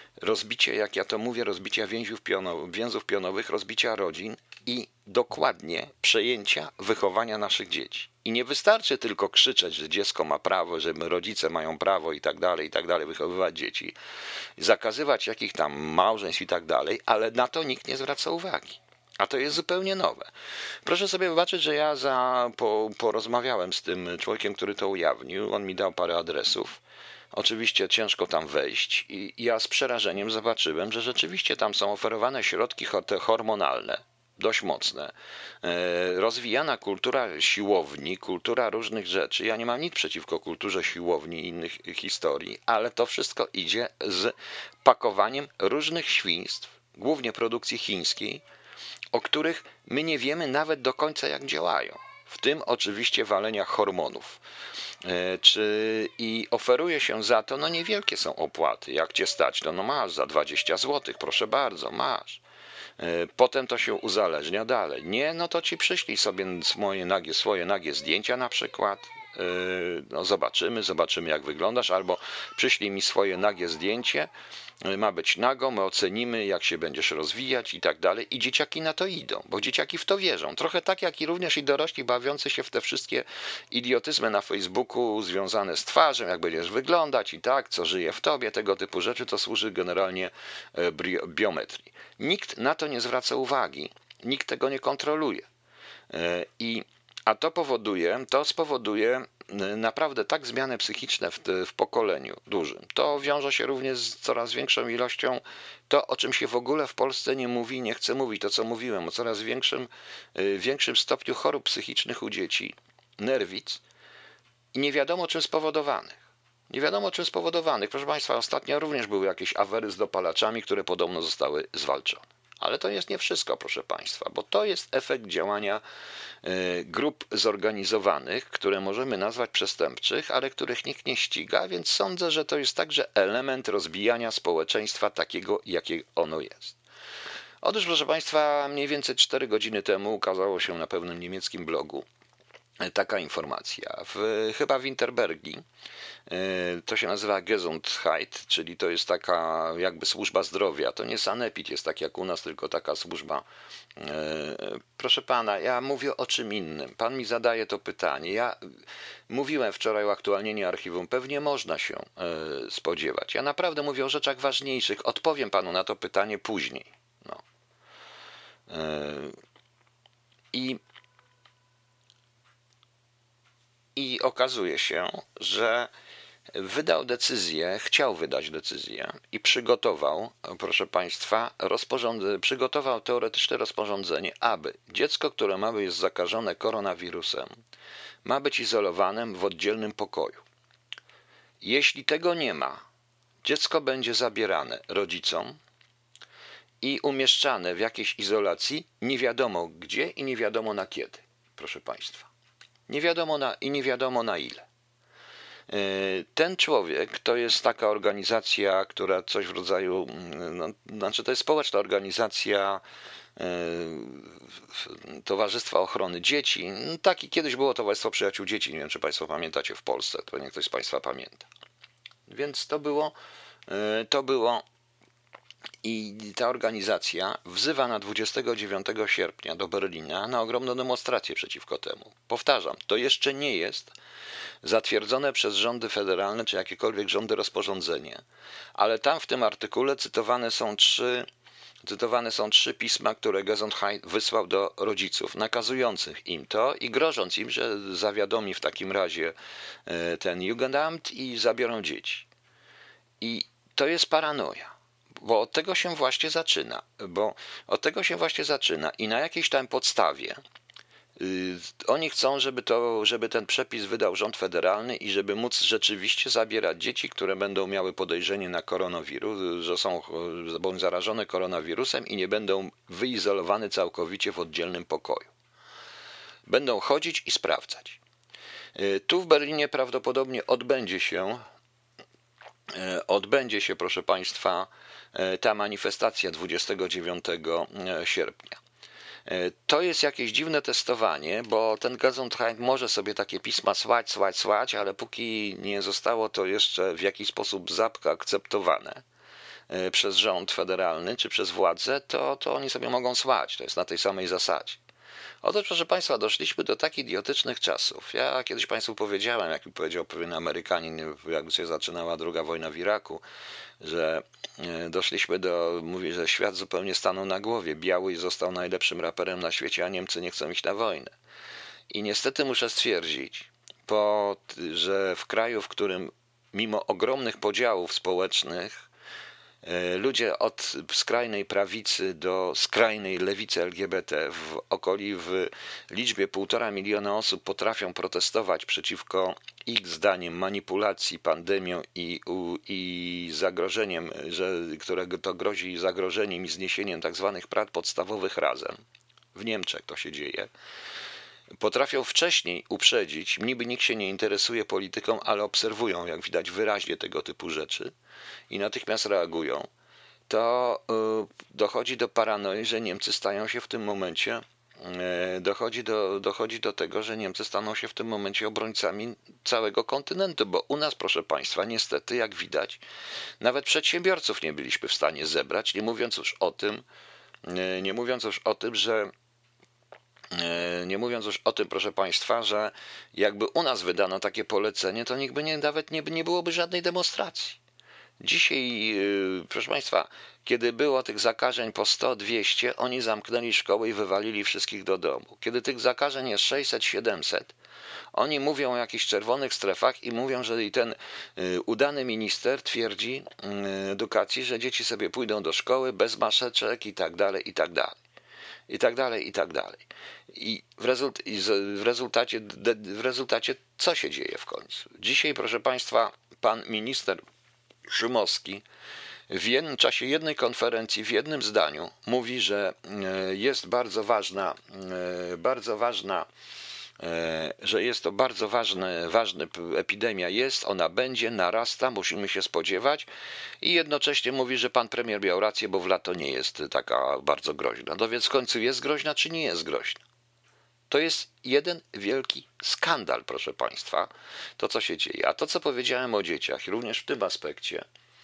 rozbicie, jak ja to mówię, rozbicia więźów pionowych, więzów pionowych, rozbicia rodzin i dokładnie przejęcia wychowania naszych dzieci. I nie wystarczy tylko krzyczeć, że dziecko ma prawo, że rodzice mają prawo i tak dalej, i tak dalej, wychowywać dzieci, zakazywać jakich tam małżeństw i tak dalej, ale na to nikt nie zwraca uwagi. A to jest zupełnie nowe. Proszę sobie wybaczyć, że ja za, po, porozmawiałem z tym człowiekiem, który to ujawnił. On mi dał parę adresów. Oczywiście ciężko tam wejść i ja z przerażeniem zobaczyłem, że rzeczywiście tam są oferowane środki hormonalne, dość mocne. Rozwijana kultura siłowni, kultura różnych rzeczy. Ja nie mam nic przeciwko kulturze siłowni i innych historii, ale to wszystko idzie z pakowaniem różnych świństw, głównie produkcji chińskiej, o których my nie wiemy nawet do końca jak działają. W tym oczywiście walenia hormonów. Czy, I oferuje się za to, no niewielkie są opłaty. Jak cię stać, to no masz za dwadzieścia złotych, proszę bardzo, masz. Potem to się uzależnia dalej. Nie, no to ci przyślij sobie swoje nagie, swoje nagie zdjęcia na przykład. No zobaczymy, zobaczymy jak wyglądasz, albo przyślij mi swoje nagie zdjęcie, ma być nago, my ocenimy jak się będziesz rozwijać i tak dalej i dzieciaki na to idą, bo dzieciaki w to wierzą, trochę tak jak i również i dorośli bawiący się w te wszystkie idiotyzmy na Facebooku związane z twarzą, jak będziesz wyglądać i tak, co żyje w tobie, tego typu rzeczy, to służy generalnie biometrii. Nikt na to nie zwraca uwagi, nikt tego nie kontroluje i A to powoduje, to spowoduje naprawdę tak zmiany psychiczne w, w pokoleniu dużym. To wiąże się również z coraz większą ilością, to o czym się w ogóle w Polsce nie mówi, nie chcę mówić, to co mówiłem, o coraz większym, większym stopniu chorób psychicznych u dzieci, nerwic i nie wiadomo czym spowodowanych. Nie wiadomo czym spowodowanych. Proszę Państwa, ostatnio również były jakieś afery z dopalaczami, które podobno zostały zwalczone. Ale to jest nie wszystko, proszę Państwa, bo to jest efekt działania grup zorganizowanych, które możemy nazwać przestępczych, ale których nikt nie ściga, więc sądzę, że to jest także element rozbijania społeczeństwa takiego, jakie ono jest. Otóż, proszę Państwa, mniej więcej cztery godziny temu ukazało się na pewnym niemieckim blogu taka informacja. W, chyba w Interbergi, to się nazywa Gesundheit, czyli to jest taka jakby służba zdrowia. To nie sanepid jest tak jak u nas, tylko taka służba. Proszę pana, ja mówię o czym innym. Pan mi zadaje to pytanie. Ja mówiłem wczoraj o aktualnieniu archiwum. Pewnie można się spodziewać. Ja naprawdę mówię o rzeczach ważniejszych. Odpowiem panu na to pytanie później. No. I I okazuje się, że wydał decyzję, chciał wydać decyzję i przygotował, proszę Państwa, rozporząd- przygotował teoretyczne rozporządzenie, aby dziecko, które ma być zakażone koronawirusem, ma być izolowane w oddzielnym pokoju. Jeśli tego nie ma, dziecko będzie zabierane rodzicom i umieszczane w jakiejś izolacji, nie wiadomo gdzie i nie wiadomo na kiedy, proszę Państwa. Nie wiadomo na, i nie wiadomo na ile. Ten człowiek to jest taka organizacja, która coś w rodzaju, no, znaczy to jest społeczna organizacja Towarzystwa Ochrony Dzieci. Taki kiedyś było Towarzystwo Przyjaciół Dzieci, nie wiem czy Państwo pamiętacie w Polsce, to nie ktoś z Państwa pamięta. Więc to było, to było i ta organizacja wzywa na dwudziestego dziewiątego sierpnia do Berlina na ogromną demonstrację przeciwko temu. Powtarzam, to jeszcze nie jest zatwierdzone przez rządy federalne czy jakiekolwiek rządy rozporządzenie, ale tam w tym artykule cytowane są trzy, cytowane są trzy pisma, które Gesundheit wysłał do rodziców, nakazujących im to i grożąc im, że zawiadomi w takim razie ten Jugendamt i zabiorą dzieci. I to jest paranoja. Bo od tego się właśnie zaczyna, bo od tego się właśnie zaczyna i na jakiejś tam podstawie yy, oni chcą, żeby, to, żeby ten przepis wydał rząd federalny i żeby móc rzeczywiście zabierać dzieci, które będą miały podejrzenie na koronawirus, że są bądź zarażone koronawirusem i nie będą wyizolowane całkowicie w oddzielnym pokoju. Będą chodzić i sprawdzać. Yy, tu w Berlinie prawdopodobnie odbędzie się, yy, odbędzie się, proszę Państwa, ta manifestacja dwudziestego dziewiątego sierpnia. To jest jakieś dziwne testowanie, bo ten Gesundheit może sobie takie pisma słać, słać, słać, ale póki nie zostało to jeszcze w jakiś sposób zaakceptowane, przez rząd federalny czy przez władzę, to, to oni sobie mogą spać. To jest na tej samej zasadzie. Otóż, proszę Państwa, doszliśmy do tak idiotycznych czasów. Ja kiedyś Państwu powiedziałem, jak mi powiedział pewien Amerykanin, jak się zaczynała druga wojna w Iraku, że doszliśmy do, mówi, że świat zupełnie stanął na głowie. Biały został najlepszym raperem na świecie, a Niemcy nie chcą iść na wojnę. I niestety muszę stwierdzić, po, że w kraju, w którym mimo ogromnych podziałów społecznych ludzie od skrajnej prawicy do skrajnej lewicy L G B T w okoli w liczbie półtora miliona osób potrafią protestować przeciwko ich zdaniem manipulacji pandemią i, i zagrożeniem, że, którego to grozi zagrożeniem i zniesieniem tak zwanych praw podstawowych razem. W Niemczech to się dzieje. Potrafią wcześniej uprzedzić, niby nikt się nie interesuje polityką, ale obserwują, jak widać wyraźnie, tego typu rzeczy i natychmiast reagują, to dochodzi do paranoi, że Niemcy stają się w tym momencie, dochodzi do, dochodzi do tego, że Niemcy staną się w tym momencie obrońcami całego kontynentu, bo u nas, proszę Państwa, niestety, jak widać, nawet przedsiębiorców nie byliśmy w stanie zebrać, nie mówiąc już o tym, nie mówiąc już o tym, że Nie mówiąc już o tym, proszę Państwa, że jakby u nas wydano takie polecenie, to nikt by nie, nawet nie, nie byłoby żadnej demonstracji. Dzisiaj, proszę Państwa, kiedy było tych zakażeń po sto dwieście, oni zamknęli szkoły i wywalili wszystkich do domu. Kiedy tych zakażeń jest sześćset siedemset, oni mówią o jakichś czerwonych strefach i mówią, że i ten udany minister twierdzi edukacji, że dzieci sobie pójdą do szkoły bez maseczek i tak dalej, i tak dalej. I tak dalej, i tak dalej. I w, rezult- i w, rezultacie, w rezultacie co się dzieje w końcu? Dzisiaj, proszę Państwa, pan minister Szumowski w jednym czasie jednej konferencji, w jednym zdaniu mówi, że jest bardzo ważna, bardzo ważna, że jest to bardzo ważna, ważna epidemia jest, ona będzie, narasta, musimy się spodziewać i jednocześnie mówi, że pan premier miał rację, bo w lato nie jest taka bardzo groźna. No więc w końcu jest groźna, czy nie jest groźna? To jest jeden wielki skandal, proszę Państwa, to co się dzieje. A to, co powiedziałem o dzieciach, również w tym aspekcie,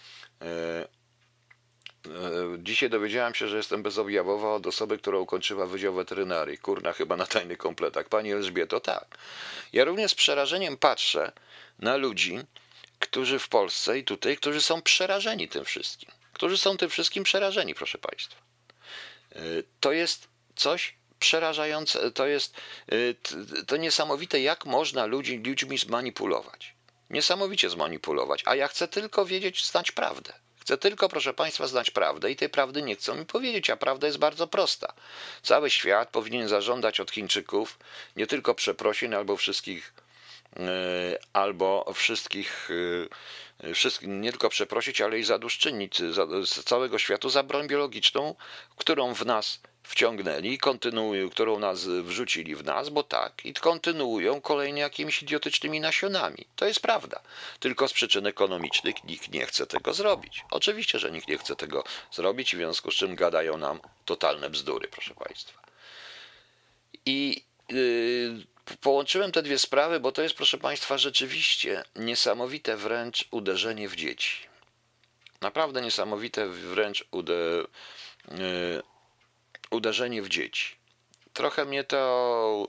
dzisiaj dowiedziałem się, że jestem bezobjawowa od osoby, która ukończyła Wydział Weterynarii. Kurna, chyba na tajnych kompletach. Pani Elżbieto, tak. Ja również z przerażeniem patrzę na ludzi, którzy w Polsce i tutaj, którzy są przerażeni tym wszystkim. Którzy są tym wszystkim przerażeni, proszę Państwa. To jest coś przerażające, to jest to niesamowite, jak można ludzi, ludźmi zmanipulować. Niesamowicie zmanipulować. A ja chcę tylko wiedzieć, znać prawdę. Chcę tylko, proszę Państwa, znać prawdę i tej prawdy nie chcą mi powiedzieć, a prawda jest bardzo prosta. Cały świat powinien zażądać od Chińczyków nie tylko przeprosin albo wszystkich, yy, albo wszystkich, yy, wszystkich, nie tylko przeprosić, ale i zadośćuczynić z całego światu za broń biologiczną, którą w nas wciągnęli i kontynuują, którą nas wrzucili w nas, bo tak, i kontynuują kolejnie jakimiś idiotycznymi nasionami. To jest prawda. Tylko z przyczyn ekonomicznych nikt nie chce tego zrobić. Oczywiście, że nikt nie chce tego zrobić, w związku z czym gadają nam totalne bzdury, proszę Państwa. I yy, połączyłem te dwie sprawy, bo to jest, proszę Państwa, rzeczywiście niesamowite wręcz uderzenie w dzieci. Naprawdę niesamowite wręcz ude, yy, uderzenie w dzieci. Trochę mnie to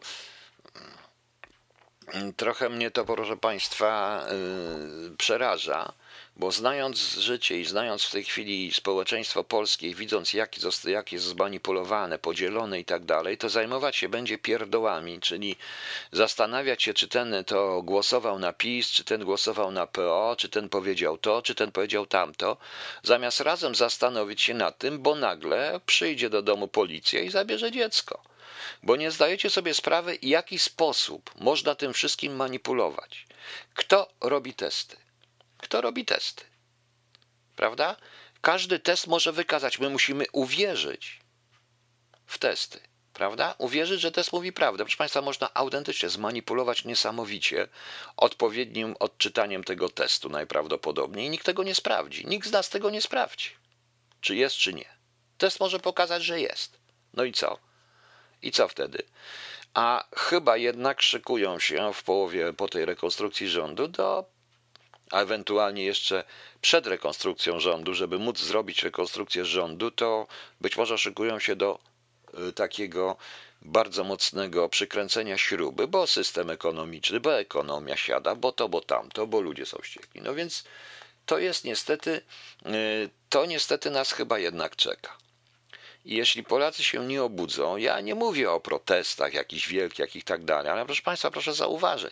trochę mnie to, proszę Państwa, yy, przeraża, bo znając życie i znając w tej chwili społeczeństwo polskie i widząc jak, jak jest zmanipulowane, podzielone i tak dalej, to zajmować się będzie pierdołami, czyli zastanawiać się, czy ten to głosował na PiS, czy ten głosował na P O, czy ten powiedział to, czy ten powiedział tamto, zamiast razem zastanowić się nad tym, bo nagle przyjdzie do domu policja i zabierze dziecko. Bo nie zdajecie sobie sprawy, w jaki sposób można tym wszystkim manipulować. Kto robi testy? Kto robi testy? Prawda? Każdy test może wykazać. My musimy uwierzyć w testy. Prawda? Uwierzyć, że test mówi prawdę. Proszę Państwa, można autentycznie zmanipulować niesamowicie odpowiednim odczytaniem tego testu najprawdopodobniej i nikt tego nie sprawdzi. Nikt z nas tego nie sprawdzi. Czy jest, czy nie. Test może pokazać, że jest. No i co? I co wtedy? A chyba jednak szykują się w połowie po tej rekonstrukcji rządu do a ewentualnie jeszcze przed rekonstrukcją rządu, żeby móc zrobić rekonstrukcję rządu, to być może szykują się do takiego bardzo mocnego przykręcenia śruby, bo system ekonomiczny, bo ekonomia siada, bo to, bo tamto, bo ludzie są wściekli. No więc to jest niestety, to niestety nas chyba jednak czeka. I jeśli Polacy się nie obudzą, ja nie mówię o protestach jakichś wielkich i tak dalej, ale proszę Państwa, proszę zauważyć,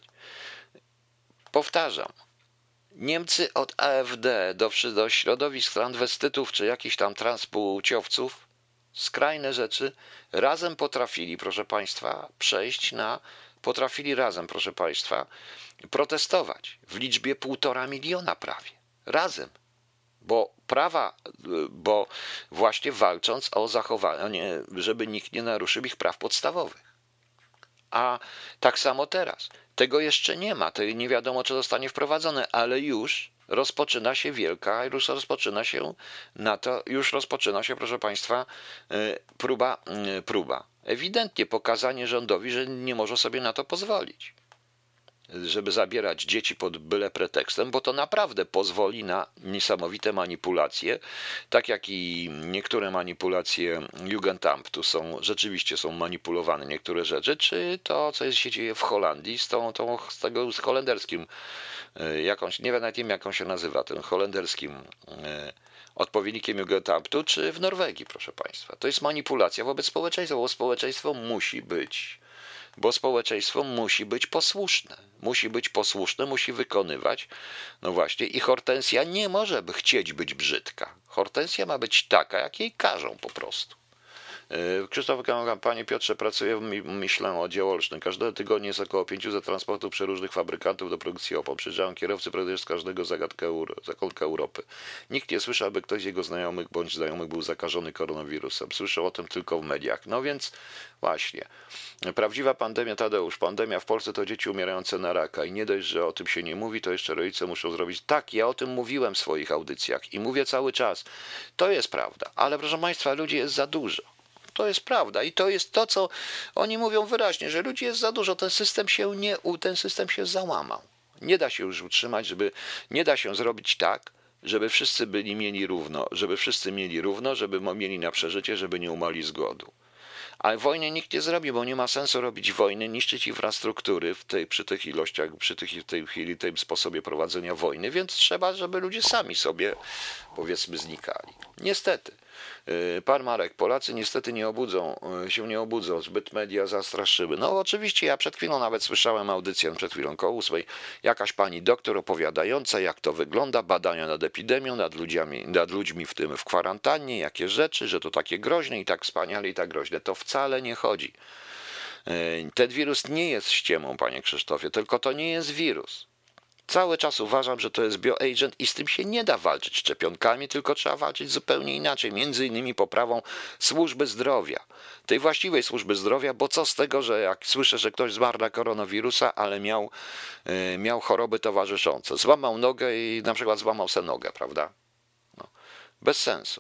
powtarzam, Niemcy od A F D do, do środowisk transwestytów czy jakichś tam transpłciowców, skrajne rzeczy, razem potrafili, proszę Państwa, przejść na, potrafili razem, proszę Państwa, protestować w liczbie półtora miliona prawie. Razem. Bo prawa, bo właśnie walcząc o zachowanie, żeby nikt nie naruszył ich praw podstawowych. A tak samo teraz. Tego jeszcze nie ma, to nie wiadomo, czy zostanie wprowadzone, ale już rozpoczyna się wielka, już rozpoczyna się na to, już rozpoczyna się, proszę Państwa, próba, próba. Ewidentnie pokazanie rządowi, że nie może sobie na to pozwolić. Żeby zabierać dzieci pod byle pretekstem, bo to naprawdę pozwoli na niesamowite manipulacje, tak jak i niektóre manipulacje Jugendamtu są, rzeczywiście są manipulowane niektóre rzeczy, czy to, co się dzieje w Holandii z, tą, tą, z tego z holenderskim, jakąś, nie wiem nawet wiem, jak on się nazywa, ten holenderskim odpowiednikiem Jugendamtu, czy w Norwegii, proszę Państwa. To jest manipulacja wobec społeczeństwa, bo społeczeństwo musi być Bo społeczeństwo musi być posłuszne. Musi być posłuszne, musi wykonywać. No właśnie, i Hortensja nie może chcieć być brzydka. Hortensja ma być taka, jak jej każą po prostu. Krzysztof Kamara, panie Piotrze, pracuję w Myślę o działolcznym. Każdego tygodnia jest około pięciuset transportów przeróżnych fabrykantów do produkcji opon. Przyjeżdżają kierowcy praktycznie z każdego zakątka Europy. Nikt nie słyszał, aby ktoś z jego znajomych bądź znajomych był zakażony koronawirusem. Słyszał o tym tylko w mediach. No więc właśnie. Prawdziwa pandemia, Tadeusz, pandemia w Polsce to dzieci umierające na raka i nie dość, że o tym się nie mówi, to jeszcze rodzice muszą zrobić. Tak, ja o tym mówiłem w swoich audycjach i mówię cały czas. To jest prawda, ale proszę Państwa, ludzi jest za dużo. To jest prawda i to jest to, co oni mówią wyraźnie, że ludzi jest za dużo, ten system się nie, ten system się załamał. Nie da się już utrzymać, żeby, nie da się zrobić tak, żeby wszyscy byli mieli równo, żeby wszyscy mieli równo, żeby mieli na przeżycie, żeby nie umarli z głodu. Ale wojny nikt nie zrobi, bo nie ma sensu robić wojny, niszczyć infrastruktury w tej, przy tych ilościach, przy tych, w tej chwili, tym sposobie prowadzenia wojny, więc trzeba, żeby ludzie sami sobie, powiedzmy, znikali. Niestety. Pan Marek, Polacy niestety nie obudzą, się nie obudzą, zbyt media zastraszyły. No oczywiście, ja przed chwilą nawet słyszałem audycję, przed chwilą koło ósmej, jakaś pani doktor opowiadająca, jak to wygląda, badania nad epidemią, nad ludźmi, nad ludźmi w tym w kwarantannie, jakie rzeczy, że to takie groźne i tak wspaniale i tak groźne. To wcale nie chodzi. Ten wirus nie jest ściemą, panie Krzysztofie, tylko to nie jest wirus. Cały czas uważam, że to jest bioagent i z tym się nie da walczyć szczepionkami, tylko trzeba walczyć zupełnie inaczej, między innymi poprawą służby zdrowia, tej właściwej służby zdrowia, bo co z tego, że jak słyszę, że ktoś zmarł na koronawirusa, ale miał, yy, miał choroby towarzyszące, złamał nogę i na przykład złamał se nogę, prawda? No, bez sensu.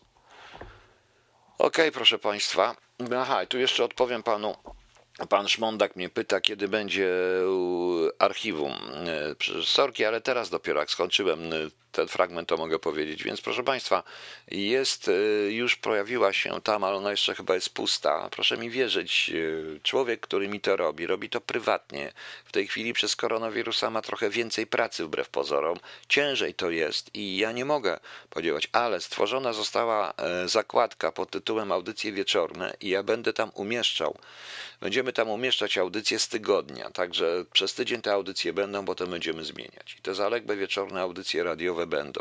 Okej, proszę Państwa, aha, i tu jeszcze odpowiem panu. Pan Szmondak mnie pyta, kiedy będzie archiwum. Sorki, ale teraz dopiero jak skończyłem ten fragment, to mogę powiedzieć. Więc proszę Państwa, jest, już pojawiła się tam, ale ona jeszcze chyba jest pusta. Proszę mi wierzyć, człowiek, który mi to robi, robi to prywatnie. W tej chwili przez koronawirusa ma trochę więcej pracy wbrew pozorom. Ciężej to jest i ja nie mogę podziałać, ale stworzona została zakładka pod tytułem Audycje Wieczorne i ja będę tam umieszczał. Będziemy tam umieszczać audycje z tygodnia, także przez tydzień te audycje będą, potem będziemy zmieniać. I te zaległe wieczorne audycje radiowe będą.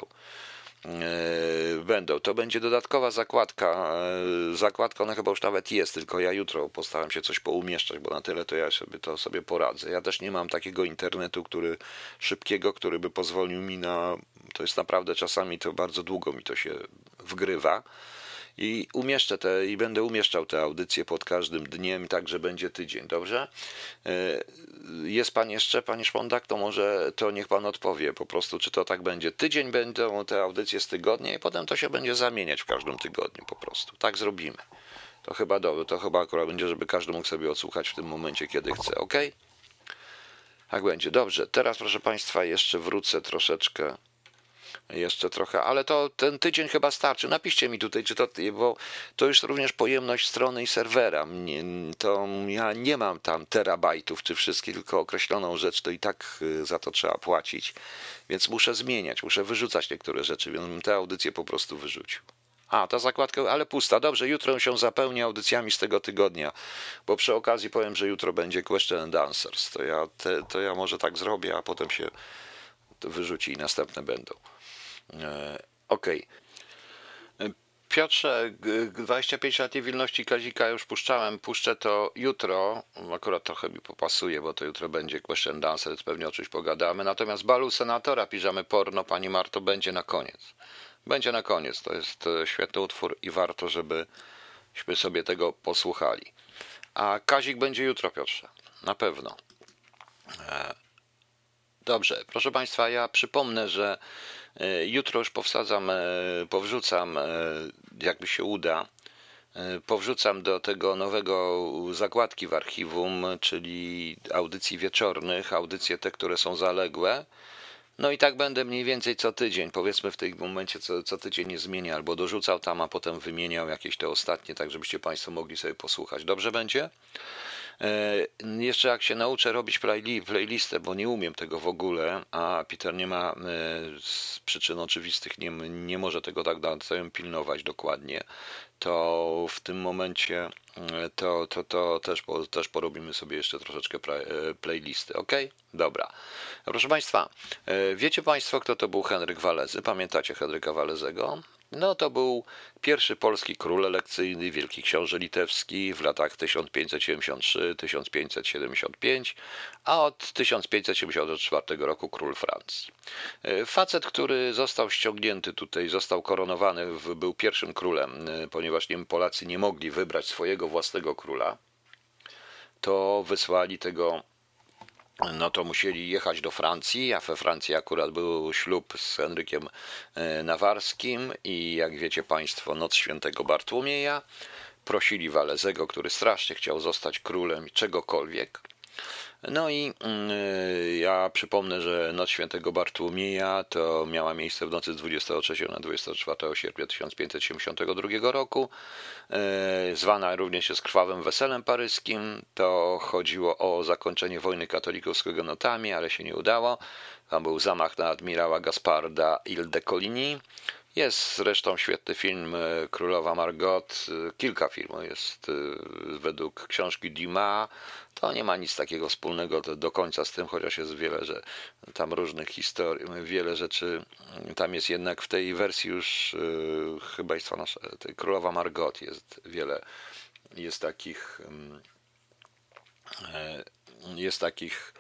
Yy, będą. To będzie dodatkowa zakładka. Yy, zakładka, ona chyba już nawet jest, tylko ja jutro postaram się coś poumieszczać, bo na tyle to ja sobie to sobie poradzę. Ja też nie mam takiego internetu, który szybkiego, który by pozwolił mi na... To jest naprawdę czasami to bardzo długo mi to się wgrywa. I umieszczę te, i będę umieszczał te audycje pod każdym dniem, tak że będzie tydzień, dobrze? Jest pan jeszcze, panie Szpondak, to może to niech pan odpowie po prostu, czy to tak będzie. Tydzień będą te audycje z tygodnia i potem to się będzie zamieniać w każdym tygodniu po prostu. Tak zrobimy. To chyba dobre, to chyba akurat będzie, żeby każdy mógł sobie odsłuchać w tym momencie, kiedy chce, ok? Tak będzie. Dobrze, teraz proszę Państwa jeszcze wrócę troszeczkę. Jeszcze trochę, ale to ten tydzień chyba starczy. Napiszcie mi tutaj, czy to, bo to już również pojemność strony i serwera. To ja nie mam tam terabajtów czy wszystkich, tylko określoną rzecz, to i tak za to trzeba płacić. Więc muszę zmieniać, muszę wyrzucać niektóre rzeczy, więc bym te audycje po prostu wyrzucił. A, ta zakładka, ale pusta. Dobrze, jutro się zapełni audycjami z tego tygodnia, bo przy okazji powiem, że jutro będzie Question and Answers. To ja, te, to ja może tak zrobię, a potem się to wyrzuci i następne będą. Okej. Okay. Piotrze, dwadzieścia pięć lat niewinności Kazika już puszczałem. Puszczę to jutro. Akurat trochę mi popasuje, bo to jutro będzie Question and Answer, pewnie o czymś pogadamy. Natomiast Balu Senatora, Piżamy Porno, pani Marto, będzie na koniec. Będzie na koniec. To jest świetny utwór i warto, żebyśmy sobie tego posłuchali. A Kazik będzie jutro, Piotrze. Na pewno. Dobrze, proszę Państwa, ja przypomnę, że jutro już powsadzam, powrzucam, jakby się uda, powrzucam do tego nowego zakładki w archiwum, czyli audycji wieczornych, audycje te, które są zaległe. No i tak będę mniej więcej co tydzień, powiedzmy w tym momencie co, co tydzień nie zmienię, albo dorzucał tam, a potem wymieniał jakieś te ostatnie, tak żebyście Państwo mogli sobie posłuchać. Dobrze będzie? Jeszcze jak się nauczę robić playlistę, bo nie umiem tego w ogóle, a Peter nie ma z przyczyn oczywistych, nie, nie może tego tak nawzajem pilnować dokładnie, to w tym momencie to, to, to też, też porobimy sobie jeszcze troszeczkę playlisty, ok? Dobra. Proszę Państwa, wiecie Państwo, kto to był Henryk Walezy? Pamiętacie Henryka Walezego? No to był pierwszy polski król elekcyjny, wielki książę litewski w latach tysiąc pięćset siedemdziesiąt trzy do tysiąc pięćset siedemdziesiąt pięć, a od tysiąc pięćset siedemdziesiątego czwartego roku król Francji. Facet, który został ściągnięty tutaj, został koronowany, był pierwszym królem, ponieważ nie, Polacy nie mogli wybrać swojego własnego króla, to wysłali tego. No to musieli jechać do Francji, a we Francji akurat był ślub z Henrykiem Nawarskim i jak wiecie Państwo, noc świętego Bartłomieja. Prosili Walezego, który strasznie chciał zostać królem czegokolwiek. No i yy, ja przypomnę, że noc świętego Bartłomieja to miała miejsce w nocy z dwudziestego trzeciego na dwudziestego czwartego sierpnia tysiąc pięćset siedemdziesiątego drugiego roku, yy, zwana również jest krwawym weselem paryskim. To chodziło o zakończenie wojny katolików z hugenotami, ale się nie udało. Tam był zamach na admirała Gasparda Ile de Coligny. Jest zresztą świetny film Królowa Margot, kilka filmów jest według książki Dumas. To nie ma nic takiego wspólnego do końca z tym, chociaż jest wiele, że tam różnych historii, wiele rzeczy. Tam jest jednak w tej wersji już chyba jest nasza, Królowa Margot jest wiele, jest takich jest takich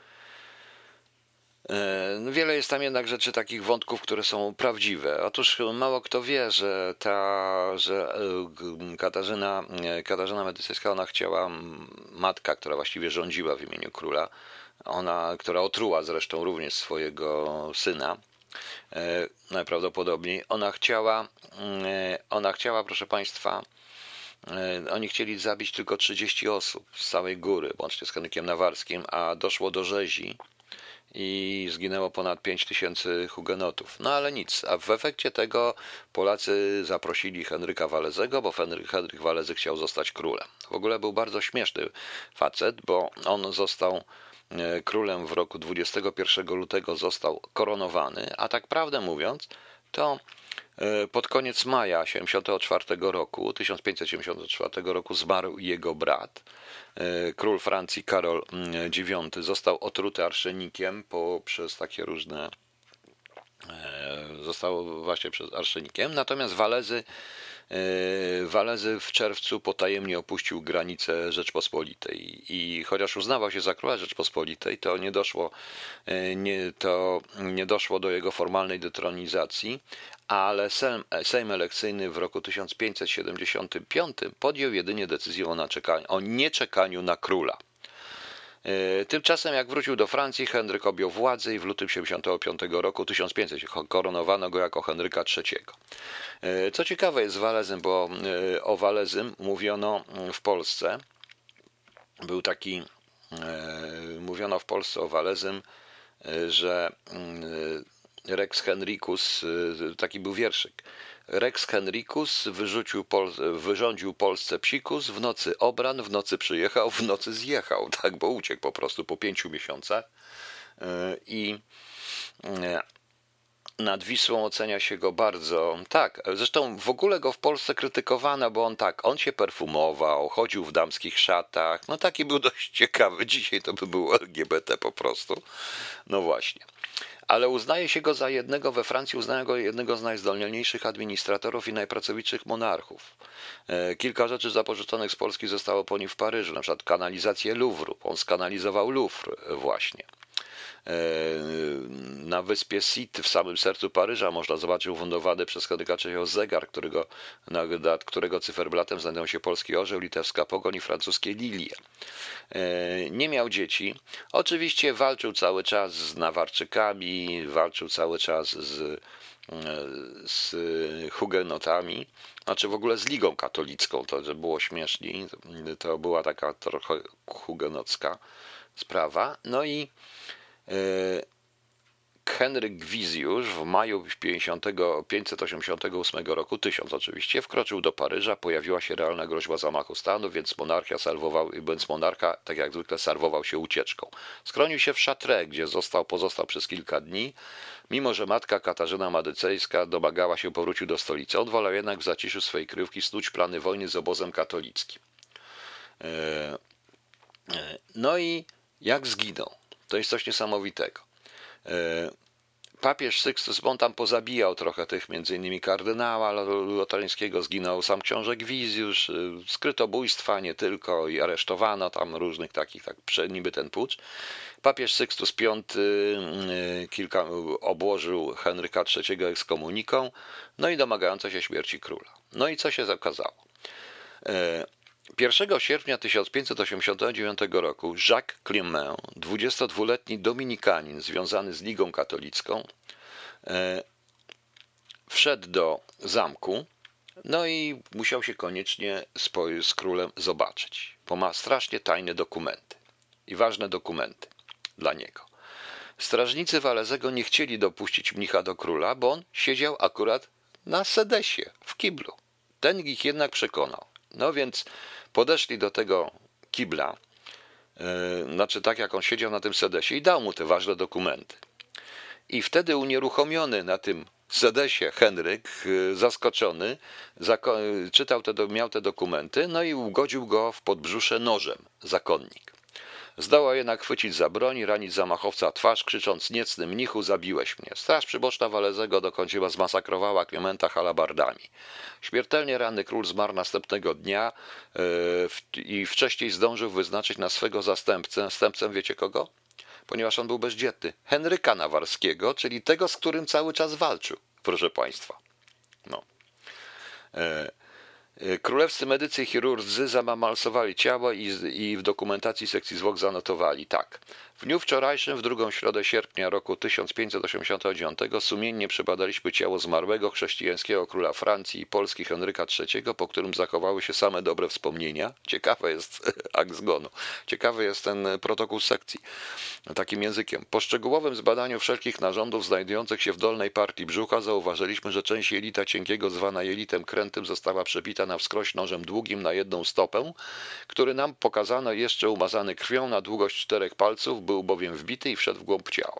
Wiele jest tam jednak rzeczy, takich wątków, które są prawdziwe. Otóż mało kto wie, że ta, że Katarzyna, Katarzyna Medycyjska, ona chciała, matka, która właściwie rządziła w imieniu króla, ona, która otruła zresztą również swojego syna, najprawdopodobniej, ona chciała, ona chciała, proszę Państwa, oni chcieli zabić tylko trzydzieści osób z całej góry, łącznie z Henrykiem Nawarskim, a doszło do rzezi i zginęło ponad pięć tysięcy hugenotów. No ale nic, a w efekcie tego Polacy zaprosili Henryka Walezego, bo Henryk, Henryk Walezy chciał zostać królem. W ogóle był bardzo śmieszny facet, bo on został królem w roku dwudziestego pierwszego lutego, został koronowany, a tak prawdę mówiąc, to pod koniec maja siedemdziesiątego czwartego roku, tysiąc pięćset siedemdziesiątego czwartego roku zmarł jego brat. Król Francji Karol dziewiąty został otruty arszenikiem poprzez takie różne, został właśnie przez arszenikiem, natomiast Walezy, Walezy w czerwcu potajemnie opuścił granice Rzeczpospolitej i chociaż uznawał się za króla Rzeczpospolitej, to nie doszło, nie, to nie doszło do jego formalnej detronizacji, ale Sejm, Sejm elekcyjny w roku tysiąc pięćset siedemdziesiątym piątym podjął jedynie decyzję o, naczekaniu, o nieczekaniu na króla. Tymczasem jak wrócił do Francji, Henryk objął władzę i w lutym siedemdziesiątego piątego roku tysiąc pięćset koronowano go jako Henryka trzeciego. Co ciekawe jest z Walezym, bo o Walezym mówiono w Polsce. Był taki Mówiono w Polsce o Walezym, że Rex Henricus, taki był wierszyk. Rex Henricus wyrzucił Pol- wyrządził Polsce psikus, w nocy obran, w nocy przyjechał, w nocy zjechał, tak, bo uciekł po prostu po pięciu miesiącach. I nad Wisłą ocenia się go bardzo, tak, zresztą w ogóle go w Polsce krytykowano, bo on tak, on się perfumował, chodził w damskich szatach, no taki był dość ciekawy, dzisiaj to by było L G B T po prostu, no właśnie. Ale uznaje się go za jednego, we Francji uznaje go jednego z najzdolniejszych administratorów i najpracowitszych monarchów. Kilka rzeczy zapożyczonych z Polski zostało po nim w Paryżu, na przykład kanalizację Louvru, on skanalizował Louvre właśnie. Na wyspie Sit w samym sercu Paryża można zobaczyć ufundowany przez Henryka trzeciego zegar, którego, nad którego cyferblatem znajdują się polski orzeł, litewska pogoń i francuskie lilie. Nie miał dzieci. Oczywiście walczył cały czas z Nawarczykami, walczył cały czas z, z hugenotami, znaczy w ogóle z Ligą Katolicką, to że było śmieszniej, to była taka trochę hugenocka sprawa. No i Henryk Gwiziusz w maju pięćset osiemdziesiątego ósmego roku, tysiąc oczywiście, wkroczył do Paryża, pojawiła się realna groźba zamachu stanu, więc monarchia salwował, więc monarcha, tak jak zwykle, salwował się ucieczką. Skronił się w Chartres, gdzie został, pozostał przez kilka dni, mimo że matka Katarzyna Madycejska domagała się powrócił do stolicy. On wolał jednak w zaciszu swej kryjówki snuć plany wojny z obozem katolickim. No i jak zginął? To jest coś niesamowitego. Papież Sykstus, bo on tam pozabijał trochę tych, między innymi kardynała lotaryńskiego, zginął sam książę Gwiziusz, skrytobójstwa nie tylko i aresztowano tam różnych takich, tak niby ten pucz. Papież Sykstus piąty kilka obłożył Henryka trzeciego ekskomuniką, no i domagająco się śmierci króla. No i co się okazało? pierwszego sierpnia tysiąc pięćset osiemdziesiątego dziewiątego roku Jacques Clément, dwudziestodwuletni dominikanin związany z Ligą Katolicką, wszedł do zamku, no i musiał się koniecznie z, z królem zobaczyć, bo ma strasznie tajne dokumenty i ważne dokumenty dla niego. Strażnicy Walezego nie chcieli dopuścić mnicha do króla, bo on siedział akurat na sedesie, w kiblu. Ten ich jednak przekonał. No więc podeszli do tego kibla, yy, znaczy tak jak on siedział na tym sedesie i dał mu te ważne dokumenty. I wtedy unieruchomiony na tym sedesie Henryk, yy, zaskoczony, zako- czytał te, miał te dokumenty, no i ugodził go w podbrzusze nożem, zakonnik. Zdołał jednak chwycić za broń, ranić zamachowca twarz, krzycząc: niecny mnichu, zabiłeś mnie. Straż przyboczna Walezego dokończyła, zmasakrowała Klementa halabardami. Śmiertelnie ranny król zmarł następnego dnia yy, i wcześniej zdążył wyznaczyć na swego zastępcę. Zastępcę wiecie kogo? Ponieważ on był bezdzietny. Henryka Nawarskiego, czyli tego, z którym cały czas walczył, proszę państwa. No. Yy. Królewscy medycy i chirurdzy zamamalsowali ciało i, i w dokumentacji sekcji zwłok zanotowali tak. W dniu wczorajszym, w drugą środę sierpnia roku tysiąc pięćset osiemdziesiątego dziewiątego sumiennie przebadaliśmy ciało zmarłego chrześcijańskiego króla Francji i Polski Henryka trzeciego, po którym zachowały się same dobre wspomnienia. Ciekawy jest akt zgonu. Ciekawy jest ten protokół sekcji takim językiem. Po szczegółowym zbadaniu wszelkich narządów znajdujących się w dolnej partii brzucha zauważyliśmy, że część jelita cienkiego zwana jelitem krętym została przebita na wskroś nożem długim na jedną stopę, który nam pokazano jeszcze umazany krwią na długość czterech palców, był bowiem wbity i wszedł w głąb ciała.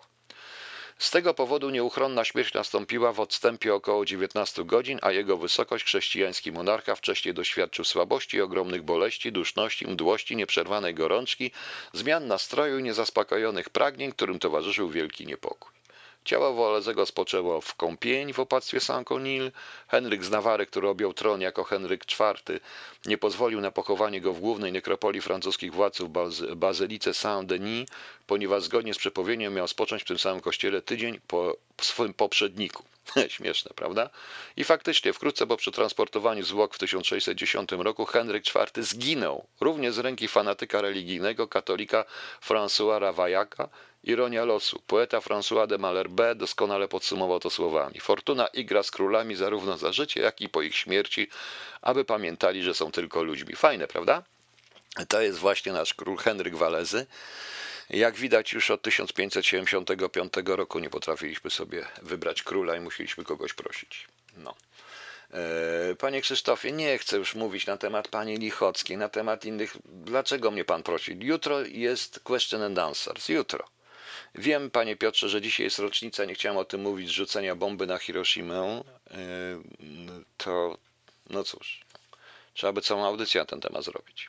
Z tego powodu nieuchronna śmierć nastąpiła w odstępie około dziewiętnastu godzin, a jego wysokość, chrześcijański monarcha, wcześniej doświadczył słabości, ogromnych boleści, duszności, mdłości, nieprzerwanej gorączki, zmian nastroju i niezaspokojonych pragnień, którym towarzyszył wielki niepokój. Ciało Walezego spoczęło w Compiègne w opactwie Saint-Conil. Henryk z Nawary, który objął tron jako Henryk czwarty, nie pozwolił na pochowanie go w głównej nekropolii francuskich władców bazylice Saint-Denis, ponieważ zgodnie z przepowiednią miał spocząć w tym samym kościele tydzień po swym poprzedniku. Śmieszne, prawda? I faktycznie wkrótce po przetransportowaniu zwłok w tysiąc sześćset dziesiątym roku Henryk czwarty zginął, również z ręki fanatyka religijnego, katolika François Ravaillaca. Ironia losu. Poeta François de Malherbe doskonale podsumował to słowami: fortuna igra z królami zarówno za życie, jak i po ich śmierci, aby pamiętali, że są tylko ludźmi. Fajne, prawda? To jest właśnie nasz król Henryk Walezy. Jak widać, już od tysiąc pięćset siedemdziesiątego piątego roku nie potrafiliśmy sobie wybrać króla i musieliśmy kogoś prosić. No. Panie Krzysztofie, nie chcę już mówić na temat pani Lichockiej, na temat innych. Dlaczego mnie pan prosi? Jutro jest question and answers. Jutro. Wiem, panie Piotrze, że dzisiaj jest rocznica, nie chciałem o tym mówić, rzucenia bomby na Hiroshimę. To, no cóż, trzeba by całą audycję na ten temat zrobić.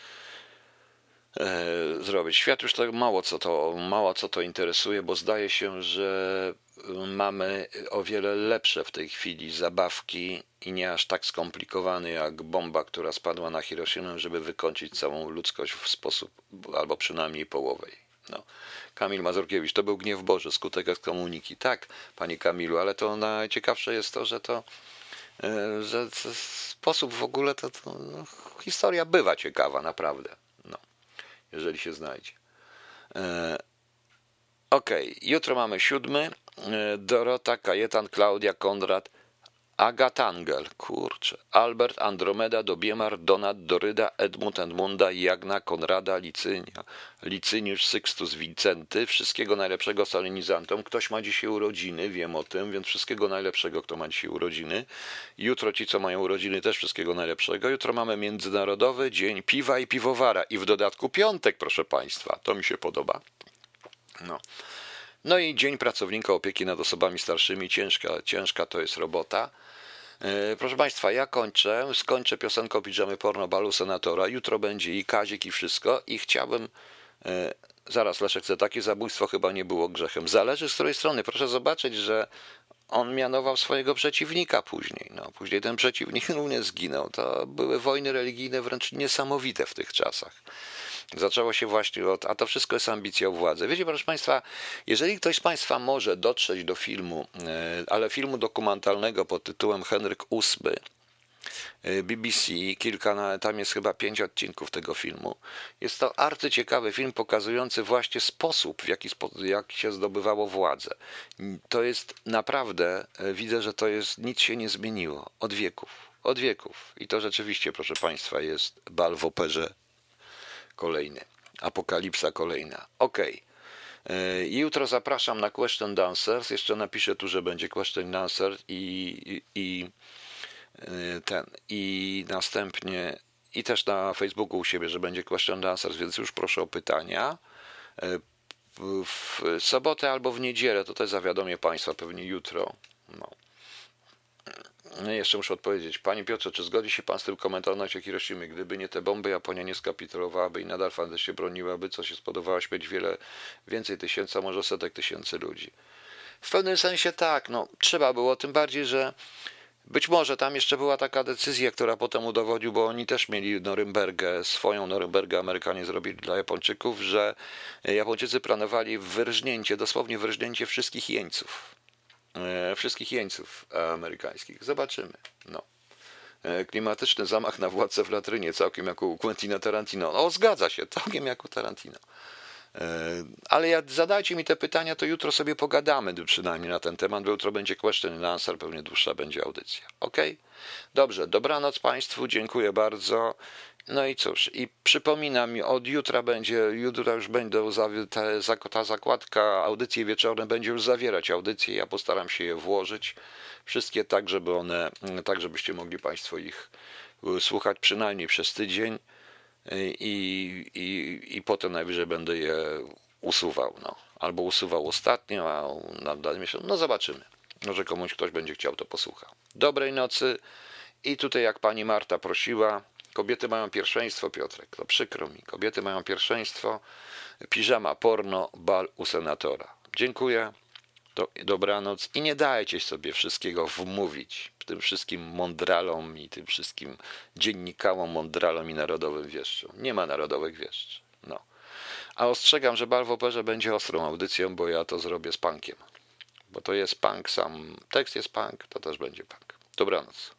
zrobić. Świat już to mało co to, mało co to interesuje, bo zdaje się, że mamy o wiele lepsze w tej chwili zabawki i nie aż tak skomplikowane jak bomba, która spadła na Hiroshimę, żeby wykończyć całą ludzkość w sposób, albo przynajmniej połowej. No. Kamil Mazurkiewicz, to był gniew Boży, skutek ekskomuniki. Tak, panie Kamilu, ale to najciekawsze jest to, że to że sposób w ogóle to, to no, historia bywa ciekawa, naprawdę. No. Jeżeli się znajdzie. E, Okej, okay. Jutro mamy siódmy. E, Dorota, Kajetan, Klaudia, Konrad, Agatangel, kurczę, Albert, Andromeda, Dobiemar, Donat, Doryda, Edmund, Edmunda, Jagna, Konrada, Licynia, Licyniusz, Sykstus, Wincenty. Wszystkiego najlepszego solenizantom. Ktoś ma dzisiaj urodziny, wiem o tym, więc wszystkiego najlepszego, kto ma dzisiaj urodziny. Jutro ci, co mają urodziny, też wszystkiego najlepszego. Jutro mamy Międzynarodowy Dzień Piwa i Piwowara i w dodatku piątek, proszę państwa. To mi się podoba. No. No i Dzień Pracownika Opieki nad Osobami Starszymi. Ciężka, ciężka to jest robota. Proszę państwa, ja kończę, skończę piosenką Pidżamy Porno Balu Senatora. Jutro będzie i Kazik i wszystko i chciałbym, zaraz Leszek, że takie zabójstwo chyba nie było grzechem. Zależy z której strony. Proszę zobaczyć, że on mianował swojego przeciwnika później. No, później ten przeciwnik również zginął. To były wojny religijne wręcz niesamowite w tych czasach. Zaczęło się właśnie od, a to wszystko jest ambicją władzy. Wiecie, proszę państwa, jeżeli ktoś z państwa może dotrzeć do filmu, ale filmu dokumentalnego pod tytułem Henryk ósmy, B B C, kilka, tam jest chyba pięć odcinków tego filmu. Jest to arcyciekawy film pokazujący właśnie sposób, w jaki, jak się zdobywało władzę. To jest naprawdę, widzę, że to jest, nic się nie zmieniło od wieków, od wieków. I to rzeczywiście, proszę państwa, jest bal w operze kolejny, apokalipsa kolejna. Okej. Okay. Jutro zapraszam na Question and Answers. Jeszcze napiszę tu, że będzie Question and Answer i, i ten i następnie i też na Facebooku u siebie, że będzie Question and Answers, więc już proszę o pytania. W sobotę albo w niedzielę, to też zawiadomię państwa, pewnie jutro. No. Jeszcze muszę odpowiedzieć. Panie Piotrze, czy zgodzi się pan z tym komentarzem o Hiroshimie? Gdyby nie te bomby, Japonia nie skapitulowałaby i nadal fantastycznie broniłaby, co się spodobało śmierć wiele więcej tysięcy, a może setek tysięcy ludzi. W pewnym sensie tak, no trzeba było, tym bardziej, że być może tam jeszcze była taka decyzja, która potem udowodnił, bo oni też mieli Norymbergę, swoją Norymbergę Amerykanie zrobili dla Japończyków, że Japończycy planowali wyrżnięcie, dosłownie wyrżnięcie wszystkich jeńców. Wszystkich jeńców amerykańskich. Zobaczymy. No. Klimatyczny zamach na władcę w latrynie, całkiem jak u Quentina Tarantino. O, zgadza się, całkiem jak u Tarantino. Ale ja, zadajcie mi te pytania, to jutro sobie pogadamy przynajmniej na ten temat, bo jutro będzie question and answer, pewnie dłuższa będzie audycja. Ok? Dobrze, dobranoc państwu, dziękuję bardzo. No i cóż, i przypominam, od jutra będzie, jutro już będą ta, ta zakładka audycje wieczorne będzie już zawierać audycje, ja postaram się je włożyć, wszystkie tak, żeby one, tak żebyście mogli państwo ich słuchać przynajmniej przez tydzień i, i, i potem najwyżej będę je usuwał, no. Albo usuwał ostatnio, a na danym miesiącu, no zobaczymy, może komuś ktoś będzie chciał, to posłucha. Dobrej nocy i tutaj jak pani Marta prosiła, kobiety mają pierwszeństwo, Piotrek, to przykro mi. Kobiety mają pierwszeństwo. Piżama, porno, bal u senatora. Dziękuję. Do, dobranoc. I nie dajcie sobie wszystkiego wmówić tym wszystkim mądralom i tym wszystkim dziennikarom, mądralom i narodowym wieszczom. Nie ma narodowych wieszcz. No. A ostrzegam, że bal w operze będzie ostrą audycją, bo ja to zrobię z punkiem. Bo to jest punk sam. Tekst jest punk, to też będzie punk. Dobranoc.